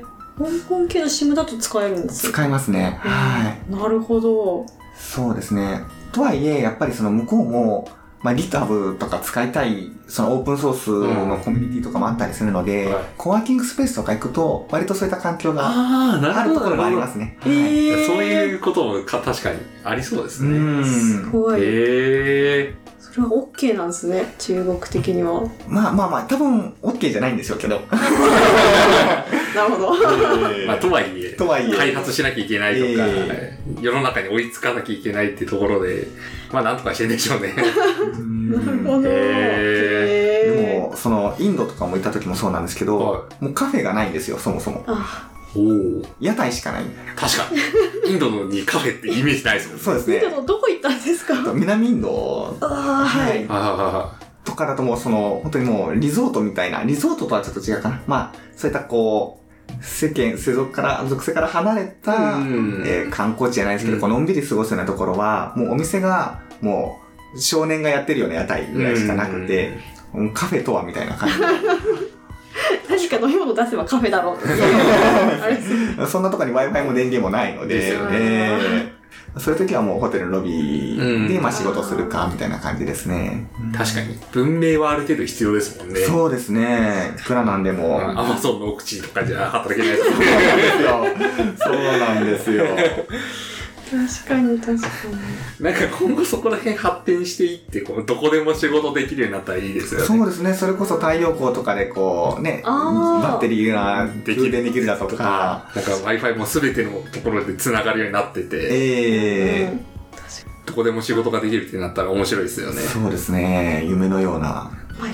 香港系の SIM だと使えるんですよ。 使えますね。はい。 なるほど。 そうですね。とはいえ、やっぱりその向こうも、GitHub とか使いたい、そのオープンソースのコミュニティとかもあったりするので、コワーキングスペースとか行くと、割とそういった環境があるところがありますね。 そういうことも確かにありそうですね。 すごい。それは OK なんですね、中国的には。 多分 OK じゃないんでしょうけど。 なるほど。 とはいえ、開発しなきゃいけないとか、世の中に追いつかなきゃいけないっていうところで、なんとかしてんでしょうね。 なるほど。 でも、その、インドとかも行った時もそうなんですけど、もうカフェがないんですよ、そもそも。屋台しかない。 確かに。インドにカフェってイメージないですもんね。 そうですね。 インドのどこ行ったんですか？ 南インド。 はい。 とかだともう本当にもうリゾートみたいな、リゾートとはちょっと違うかな。そういった世俗性から離れた、観光地じゃないですけど、のんびり過ごすようなところは、もうお店が、もう少年がやってるような屋台ぐらいしかなくて、カフェとはみたいな感じ。 何か飲み物出せばカフェだろうって。 そんなとこに Wi-Fi も電源もないので、そういう時はもうホテルのロビーで仕事するかみたいな感じですね。 確かに。文明はある程度必要ですもんね。 そうですね。いくらなんでも。 Amazon の奥地とかじゃ働けないですもんね。 そうなんですよ。 確かに。 なんか今後そこら辺発展していって、どこでも仕事できるようになったらいいですよね。 そうですね。それこそ太陽光とかでバッテリーが充電できるだとか。 なんか Wi-Fi も全てのところで繋がるようになってて。どこでも仕事ができるってなったら面白いですよね。 そうですね。夢のような。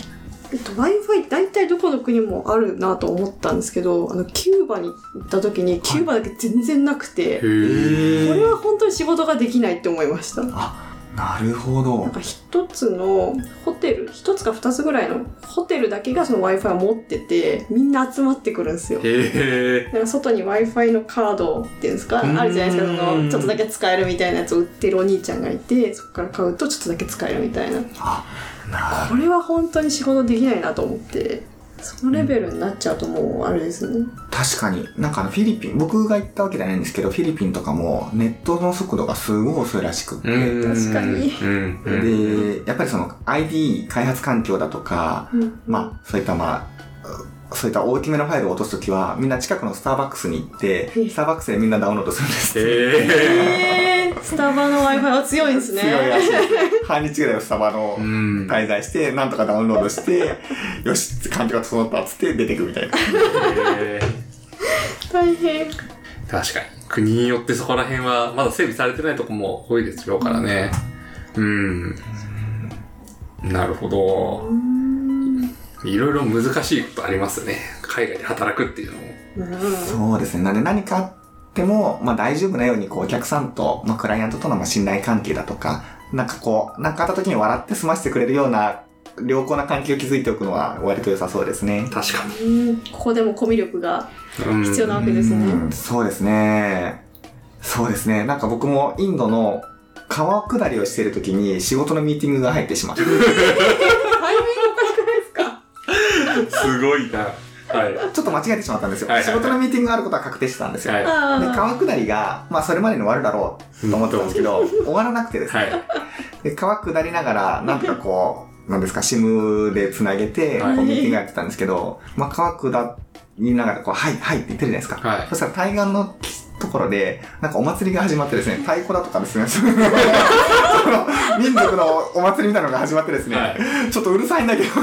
Wi-Fi 大体どこの国もあるなと思ったんですけど、キューバに行った時にキューバだけ全然なくて、これは本当に仕事ができないって思いました。 なるほど。 なんか一つのホテル、一つか二つぐらいのホテルだけがその Wi-Fi を持ってて、みんな集まってくるんですよ。 へなんか外に Wi-Fi のカードっていうんですか、あるじゃないですか、そのちょっとだけ使えるみたいなやつを売ってるお兄ちゃんがいて、そこから買うとちょっとだけ使えるみたいな。これは本当に仕事できないなと思って、そのレベルになっちゃうともうあれですね。 確かに。なんかフィリピン、僕が行ったわけじゃないんですけど、フィリピンとかもネットの速度がすごい遅いらしくって。 確かに。 で、やっぱりその ID 開発環境だとか、まあ、そういったそういった大きめのファイルを落とすときは、みんな近くのスターバックスに行って、スターバックスでみんなダウンロードするんです。 スタバの Wi-Fi は強いんですね。 強いらしい。半日ぐらいをスタバの滞在して、なんとかダウンロードして、よし、環境が整ったっつって出てくみたいな。 大変。 確かに。国によってそこら辺は、まだ整備されてないとこも多いですよからね。なるほど。いろいろ難しいことありますね。海外で働くっていうのも。 そうですね。なんで何かあっても、まあ大丈夫なように、こうお客さんと、まあクライアントとの信頼関係だとか、なんかこう、なんかあった時に笑って済ませてくれるような、良好な関係を築いておくのは割と良さそうですね。 確かに。 ここでもコミュ力が必要なわけですね。 そうですね。そうですね。なんか僕もインドの川下りをしている時に仕事のミーティングが入ってしまった。 すごいな。はい。 ちょっと間違えてしまったんですよ。仕事のミーティングがあることは確定してたんですよ。で、川下りが、まあそれまでに終わるだろうと思ってたんですけど、終わらなくてですね。で、川下りながら、なんとかこう、なんですか、SIM で繋げて、こうミーティングやってたんですけど、まあ川下りながら、こう、はい、はいって言ってるじゃないですか。そしたら対岸のところで、なんかお祭りが始まってですね、太鼓だとかですね、民族のお祭りみたいなのが始まってですね、ちょっとうるさいんだけど、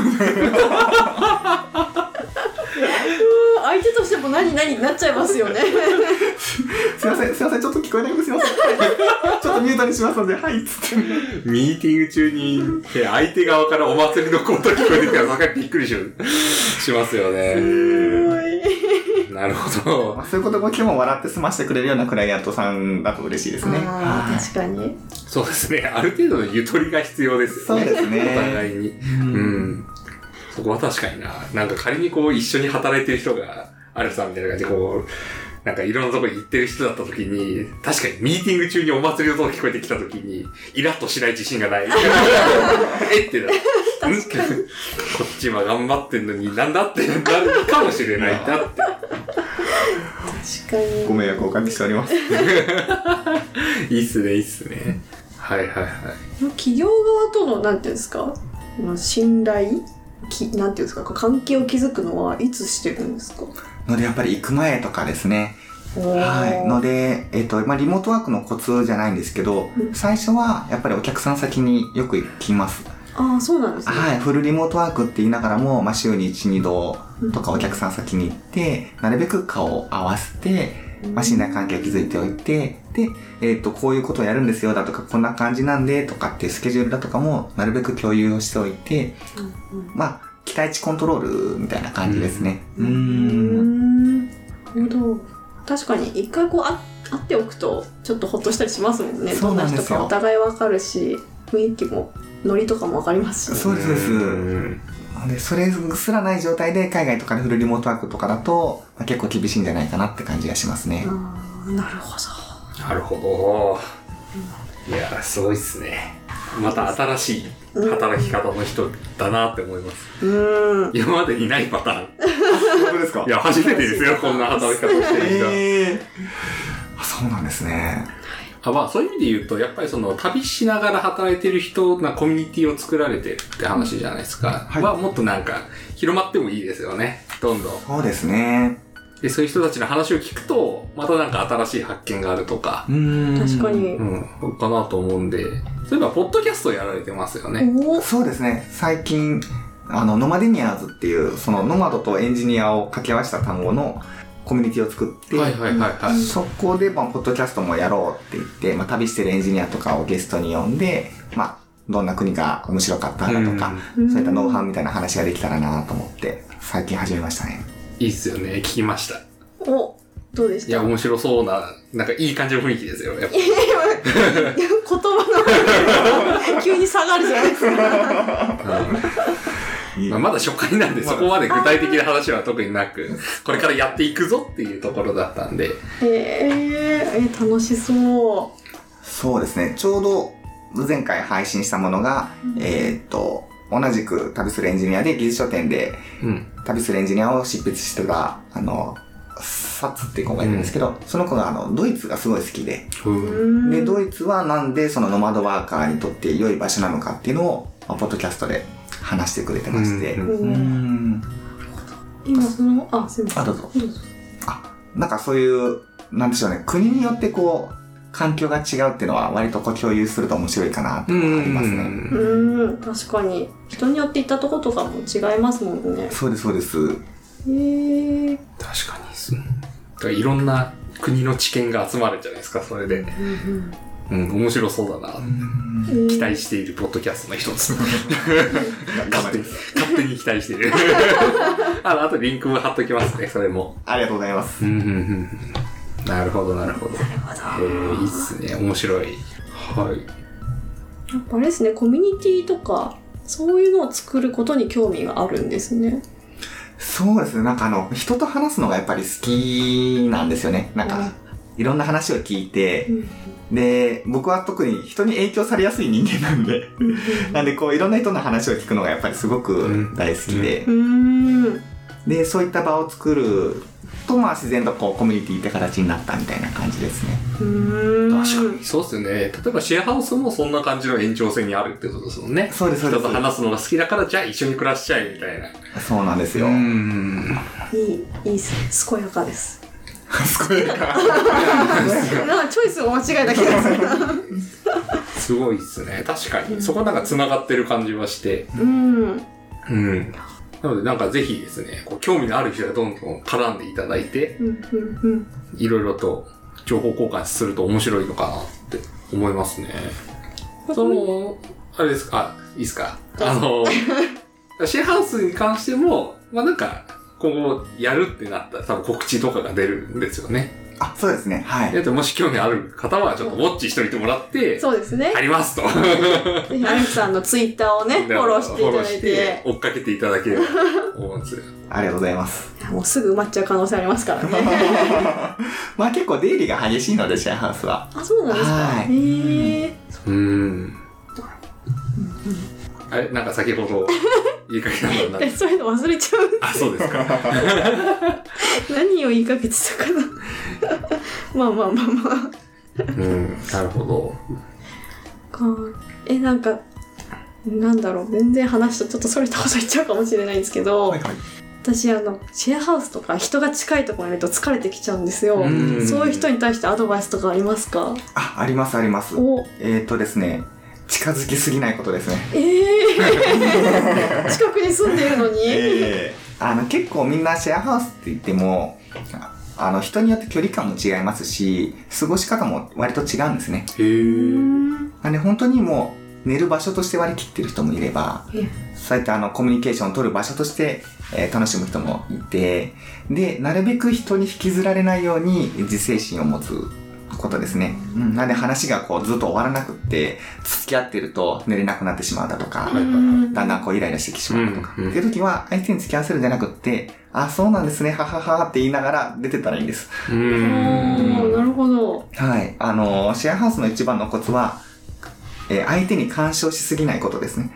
相手としても何々になっちゃいますよね。 すいません、ちょっと聞こえないんですいません。ちょっとミュートにしますので、はい、つって。 ミーティング中に、相手側からお祭りのこと聞こえてきたら、さかびっくりしますよね。 すごい。 なるほど。 まあ、そういうことも今日も笑って済ましてくれるようなクライアントさんだと嬉しいですね。 確かに。 そうですね。ある程度のゆとりが必要ですよね。 そうですね。 お互いに。そこは確かにな。なんか仮にこう一緒に働いてる人が、アルフさんみたいな感じでこう、なんかいろんなとこに行ってる人だった時に、確かにミーティング中にお祭りの音が聞こえてきた時に、イラッとしない自信がない。えってなる。こっちは頑張ってんのになんだってなるかもしれないなって。 確かに。 ご迷惑をおかけしております。 いいっすね、いいっすね。はいはいはい。 企業側との、なんていうんですか、信頼なんていうんですか、関係を築くのはいつしてるんですか？ ので、やっぱり行く前とかですね。はい。ので、まあ、リモートワークのコツじゃないんですけど、最初はやっぱりお客さん先によく行きます。 ああ、そうなんですね。 はい。フルリモートワークって言いながらも、まあ、週に1、2度とかお客さん先に行って、なるべく顔を合わせて、まあ、信頼関係を築いておいて、で、こういうことをやるんですよだとか、こんな感じなんでとかっていうスケジュールだとかも、なるべく共有をしておいて、まあ、期待値コントロールみたいな感じですね。 なるほど。確かに、一回こう会っておくと、ちょっとほっとしたりしますもんね。どんな人かお互いわかるし、雰囲気も、ノリとかもわかりますし、ね。 そうです、そうです。で、それすらない状態で海外とかでフルリモートワークとかだと、まあ、結構厳しいんじゃないかなって感じがしますね。 なるほど。 なるほど。いや、すごいっすね。また新しい働き方の人だなって思います。今までにないパターン。 本当ですか？ いや、初めてですよ、こんな働き方をしてる人。そうなんですね。 まあ、そういう意味で言うと、やっぱりその旅しながら働いてる人なコミュニティを作られてるって話じゃないですか。はもっとなんか広まってもいいですよね。どんどん。 そうですね。 で、そういう人たちの話を聞くと、またなんか新しい発見があるとか。 確かに。 かなと思うんで。そういえば、ポッドキャストやられてますよね。 そうですね。最近、ノマデニアーズっていう、そのノマドとエンジニアを掛け合わせた単語のコミュニティを作って、そこで、まあ、ポッドキャストもやろうって言って、まあ、旅してるエンジニアとかをゲストに呼んで、まあ、どんな国が面白かったかとか、そういったノウハウみたいな話ができたらなと思って、最近始めましたね。 いいっすよね。聞きました。 どうでした？ いや、面白そうな、なんかいい感じの雰囲気ですよ。やっぱ葉の急に下がるじゃないですか。 まだ初回なんでそこまで具体的な話は特になく、これからやっていくぞっていうところだったんで。 楽しそう。 そうですね。ちょうど前回配信したものが、同じく旅するエンジニアで技術書店で、旅するエンジニアを執筆してた、サツっていう子がいるんですけど、その子がドイツがすごい好きで、で、ドイツはなんでそのノマドワーカーにとって良い場所なのかっていうのを、ポッドキャストで話してくれてまして、 今すみません。 どうぞ。なんかそういう、なんでしょうね、国によってこう、環境が違うっていうのは割とこう共有すると面白いかなっていうのがありますね。 確かに。人によって行ったとことかも違いますもんね。 そうです、そうです。 確かに。いろんな国の知見が集まるんじゃないですか、それで。面白そうだな。期待しているポッドキャストの一つ。勝手に期待している。あとリンクも貼っときますね、それも。 ありがとうございます。 なるほど。いいっすね。面白い。はい。 やっぱあれですね、コミュニティとか、そういうのを作ることに興味があるんですね。 そうですね。なんか人と話すのがやっぱり好きなんですよね。なんか、いろんな話を聞いて、で、僕は特に人に影響されやすい人間なんで、なんでこういろんな人の話を聞くのがやっぱりすごく大好きで、で、そういった場を作ると、自然とこうコミュニティって形になったみたいな感じですね。 確かに。そうですよね。例えばシェアハウスもそんな感じの延長線にあるってことですもんね。 そうです、そうです。 人と話すのが好きだから、じゃあ一緒に暮らしちゃえみたいな。 そうなんですよ。 いいっす。健やかです。 健やか。 なんかチョイスを間違えた気がする。 すごいっすね。確かに。そこなんか繋がってる感じはして。なのでなんかぜひですね、こう興味のある人がどんどん絡んでいただいて、いろいろと情報交換すると面白いのかなって思いますね。あれですか、いいですか。シェアハウスに関しても、なんか、今後やるってなったら多分告知とかが出るんですよね。 そうですね。はい。 もし興味ある方はちょっとウォッチしといてもらって、 そうですね。 ありますと。 ぜひアレクさんのツイッターをね、フォローしていただいて。 追っかけていただければと思うんですよ。 ありがとうございます。 もうすぐ埋まっちゃう可能性ありますからね。 結構出入りが激しいので、シェアハウスは。 そうなんですか。 あれなんか先ほど言いかけたのなそういうの忘れちゃうんですよ。 そうですか。 何を言いかけてたかな。まあ。 なるほど。 なんか、なんだろう、全然話とちょっとそれたこと言っちゃうかもしれないんですけど、私シェアハウスとか人が近いところにいると疲れてきちゃうんですよ。そういう人に対してアドバイスとかありますか？ あります。ですね、近づきすぎないことですね。 近くに住んでいるのに、 結構みんなシェアハウスって言っても、人によって距離感も違いますし、過ごし方も割と違うんですね。なんで本当にもう寝る場所として割り切ってる人もいれば、そういったコミュニケーションを取る場所として、楽しむ人もいて、で、なるべく人に引きずられないように自制心を持つことですね。なんで話がこうずっと終わらなくって、付き合ってると寝れなくなってしまうだとか、だんだんこうイライラしてきてしまうだとか、っていう時は相手に付き合わせるんじゃなくって、そうなんですね、はははって言いながら出てたらいいんです。 なるほど。 はい。シェアハウスの一番のコツは、相手に干渉しすぎないことですね。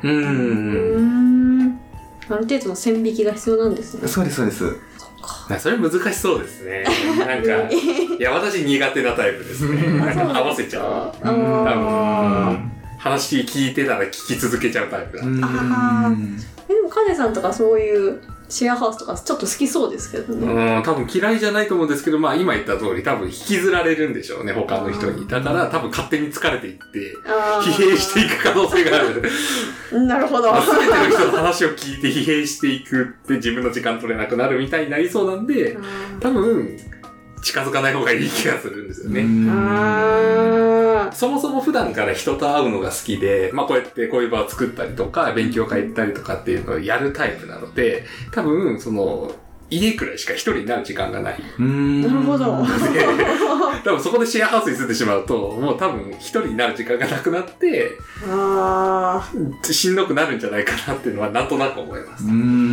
ある程度の線引きが必要なんですね。 そうです。 それ難しそうですね。なんか、いや、私苦手なタイプですね。なんか合わせちゃう。多分、話聞いてたら聞き続けちゃうタイプだ。でも、 カネさんとかそういうシェアハウスとかちょっと好きそうですけどね。 多分嫌いじゃないと思うんですけど、今言った通り多分引きずられるんでしょうね、他の人に。だから多分勝手に疲れていって、疲弊していく可能性がある。 なるほど。 全ての人の話を聞いて疲弊していくって自分の時間取れなくなるみたいになりそうなんで、多分近づかない方がいい気がするんですよね。そもそも普段から人と会うのが好きで、こうやってこういう場を作ったりとか、勉強会行ったりとかっていうのをやるタイプなので、多分、 家くらいしか一人になる時間がない。 なるほど。 多分そこでシェアハウスに住んでしまうと、もう多分一人になる時間がなくなって、しんどくなるんじゃないかなっていうのはなんとなく思います。 で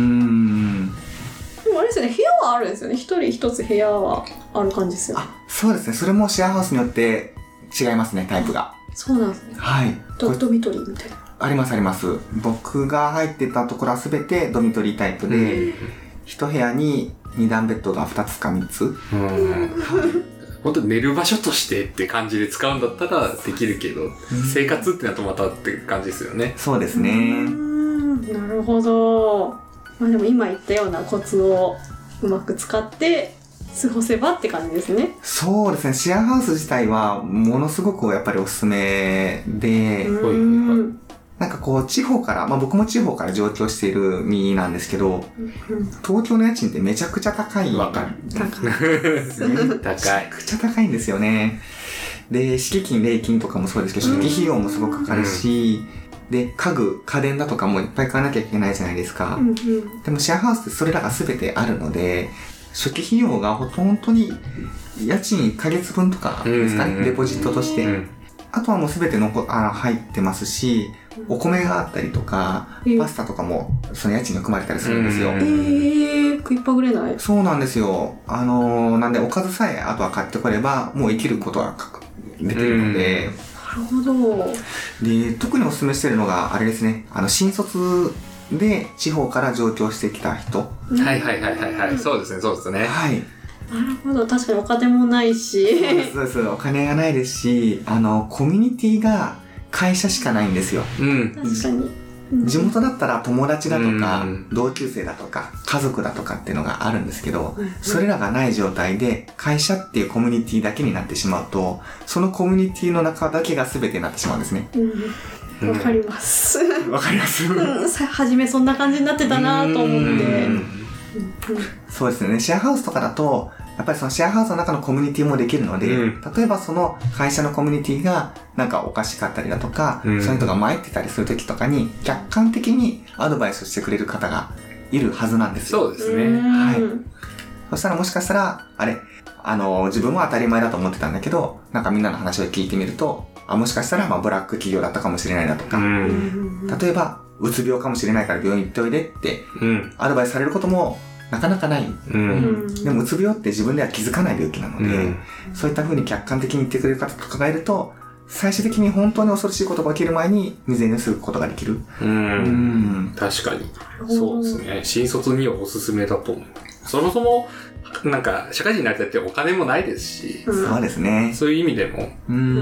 もあれですよね、部屋はあるんですよね。一人一つ部屋はある感じですよね。 そうですね。それもシェアハウスによって違いますね、タイプが。 そうなんですね。 はい。 ドミトリーみたいな。 ありますあります。僕が入ってたところはすべてドミトリータイプで、一部屋に2段ベッドが2つか3つ。 本当に寝る場所としてって感じで使うんだったらできるけど、生活ってなるとまたって感じですよね。 そうですね。 なるほど。まあでも今言ったようなコツをうまく使って過ごせばって感じですね。 そうですね。シェアハウス自体はものすごくやっぱりおすすめで、なんかこう地方から、僕も地方から上京している身なんですけど、東京の家賃ってめちゃくちゃ高い。 わかる。 高い。めちゃくちゃ高いんですよね。で、敷金、礼金とかもそうですけど、初期費用もすごくかかるし、で、家電だとかもいっぱい買わなきゃいけないじゃないですか。でもシェアハウスってそれらが全てあるので、初期費用が本当に家賃1ヶ月分とかですかね、デポジットとして。あとはもう全て入ってますし、お米があったりとか、パスタとかもその家賃に含まれたりするんですよ。 食いっぱぐれない？ そうなんですよ。なんでおかずさえあとは買ってこれば、もう生きることはできるので。 なるほど。 で、特にお勧めしてるのが、あれですね、新卒で地方から上京してきた人。 はいはいはいはいはい。そうですね、そうですね。 はい。 なるほど。確かにお金もないし。 そうです。お金がないですし、コミュニティが会社しかないんですよ。 確かに。 地元だったら友達だとか、同級生だとか、家族だとかっていうのがあるんですけど、それらがない状態で、会社っていうコミュニティだけになってしまうと、そのコミュニティの中だけが全てになってしまうんですね。 わかります。 わかります。 初めそんな感じになってたなと思って。 そうですね。シェアハウスとかだと、やっぱりそのシェアハウスの中のコミュニティもできるので、例えばその会社のコミュニティがなんかおかしかったりだとか、そういう人が参ってたりする時とかに客観的にアドバイスしてくれる方がいるはずなんですよ。 そうですね。 はい。そしたらもしかしたら、自分は当たり前だと思ってたんだけど、なんかみんなの話を聞いてみると、もしかしたらブラック企業だったかもしれないだとか、例えば、うつ病かもしれないから病院行っておいでって、アドバイスされることもなかなかない。でもうつ病って自分では気づかない病気なので、そういった風に客観的に言ってくれる方とかがいると、最終的に本当に恐ろしいことが起きる前に未然に防ぐことができる。 確かに。そうですね。新卒にはおすすめだと思う。そもそも、なんか、社会人になりたいってお金もないですし。 そうですね。 そういう意味でも。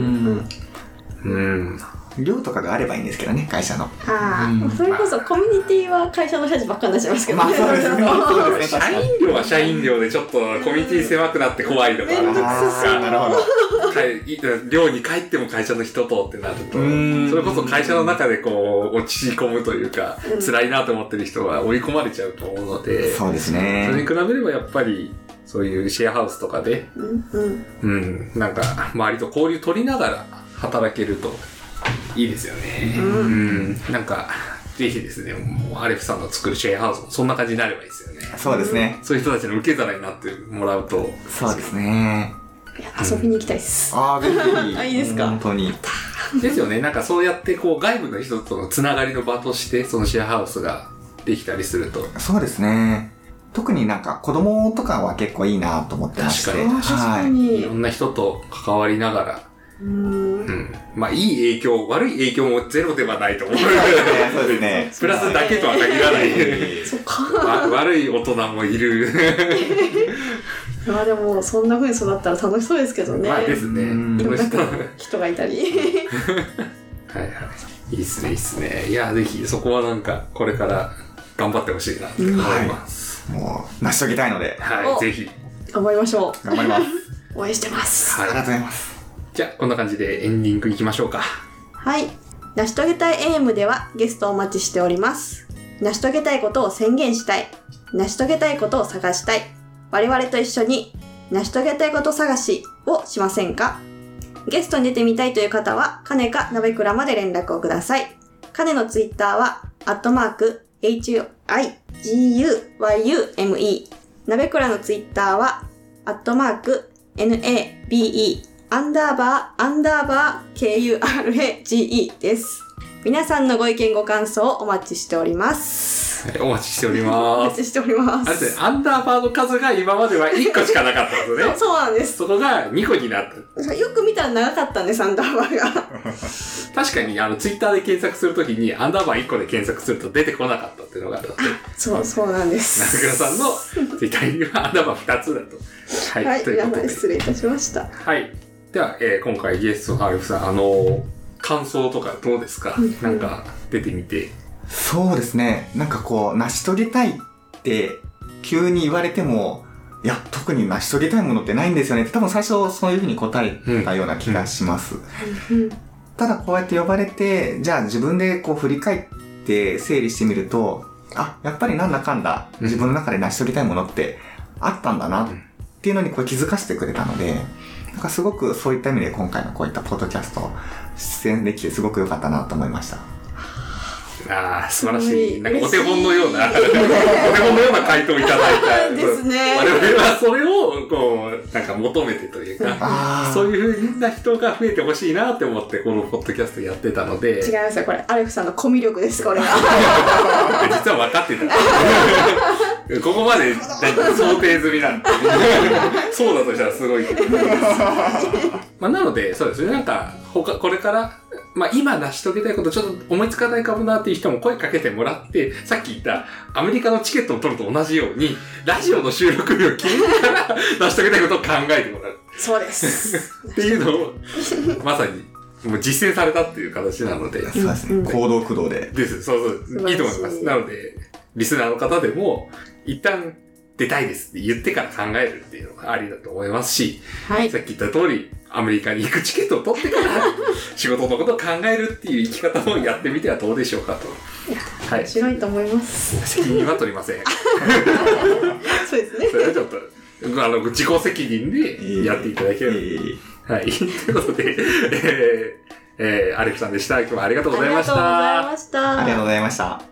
寮とかがあればいいんですけどね、会社の。 それこそコミュニティは会社の人たちばっかりになっちゃいますけどね。 そうですね。 社員寮は社員寮でちょっとコミュニティ狭くなって怖いとかあるんですが、 なるほど。 寮に帰っても会社の人とってなると、それこそ会社の中でこう落ち込むというか、辛いなと思ってる人は追い込まれちゃうと思うので、 そうですね。 それに比べればやっぱり、そういうシェアハウスとかで、なんか周りと交流取りながら働けると、いいですよね。なんか、ぜひですね、もうアレフさんの作るシェアハウスもそんな感じになればいいですよね。 そうですね。 そういう人たちの受け皿になってもらうと。 そうですね。 遊びに行きたいです。 ぜひ。 いいですか？ 本当に。 ですよね。なんかそうやってこう外部の人とのつながりの場としてそのシェアハウスができたりすると。 そうですね。特になんか子供とかは結構いいなと思ってまして。 確かに。 いろんな人と関わりながら。まあいい影響、悪い影響もゼロではないと思う。 そうですね。 プラスだけとは限らない。 そっか。 悪い大人もいる。 でもそんな風に育ったら楽しそうですけどね。 ですね。 人がいたり。 はいはい。いいっすねいいっすね。いやぜひそこはなんかこれから頑張ってほしいなと思います。 もう成し遂げたいので、 ぜひ頑張りましょう。 頑張ります。 応援してます。 ありがとうございます。 じゃあこんな感じでエンディングいきましょうか。 はい。成し遂げたい AM ではゲストをお待ちしております。成し遂げたいことを宣言したい。成し遂げたいことを探したい。我々と一緒に成し遂げたいこと探しをしませんか？ゲストに出てみたいという方は、かねかなべくらまで連絡をください。かねのツイッターは、@HIGUYUME。 なべくらのツイッターは、@NABE__KURAGE です。皆さんのご意見ご感想をお待ちしております。 はい、お待ちしております。 お待ちしております。 あれですね、アンダーバーの数が今までは1個しかなかったんですよね。 そうなんです。 そこが2個になった。 よく見たら長かったんです、アンダーバーが。 確かに、ツイッターで検索するときに、アンダーバー1個で検索すると出てこなかったっていうのがあるので。 そうなんです。 なべくらさんのツイッターにはアンダーバー2つだと。はい。 はい、 ということで。 失礼いたしました。 はい。では、今回ゲスト、アルフさん、感想とかどうですか？なんか、出てみて。 そうですね。なんかこう、成し遂げたいって急に言われても、いや、特に成し遂げたいものってないんですよねって多分最初そういうふうに答えたような気がします。ただこうやって呼ばれて、じゃあ自分でこう振り返って整理してみると、あ、やっぱりなんだかんだ自分の中で成し遂げたいものってあったんだなっていうのにこう気づかせてくれたので、なんかすごくそういった意味で今回のこういったポッドキャスト出演できてすごく良かったなと思いました。 ああ、素晴らしい。なんかお手本のような、お手本のような回答をいただいた。 ですね。 我々はそれを、こう、なんか求めてというか、そういう風な人が増えてほしいなって思って、このポッドキャストやってたので。 違いますよ、これ。アレフさんのコミュ力です、これが。 実は分かってた。ここまで想定済みなんで。そうだとしたらすごい。まあ、なので、そうですね。なんか、これから、まあ今成し遂げたいことちょっと思いつかないかもなっていう人も声かけてもらって、さっき言ったアメリカのチケットを取ると同じように、ラジオの収録日を決めてから成し遂げたいことを考えてもらう。 そうです。 っていうのを、まさに、もう実践されたっていう形なので。 そうですね。行動駆動で。 です。そう。いいと思います。なので、リスナーの方でも、一旦出たいですって言ってから考えるっていうのがありだと思いますし、 はい、 さっき言った通り、アメリカに行くチケットを取ってから仕事のことを考えるっていう生き方もやってみてはどうでしょうかと。 はい。面白いと思います。 責任は取りません。 そうですね。 それはちょっと、自己責任でやっていただければ。はい。ということで、アレフさんでした。今日はありがとうございました。 ありがとうございました。 ありがとうございました。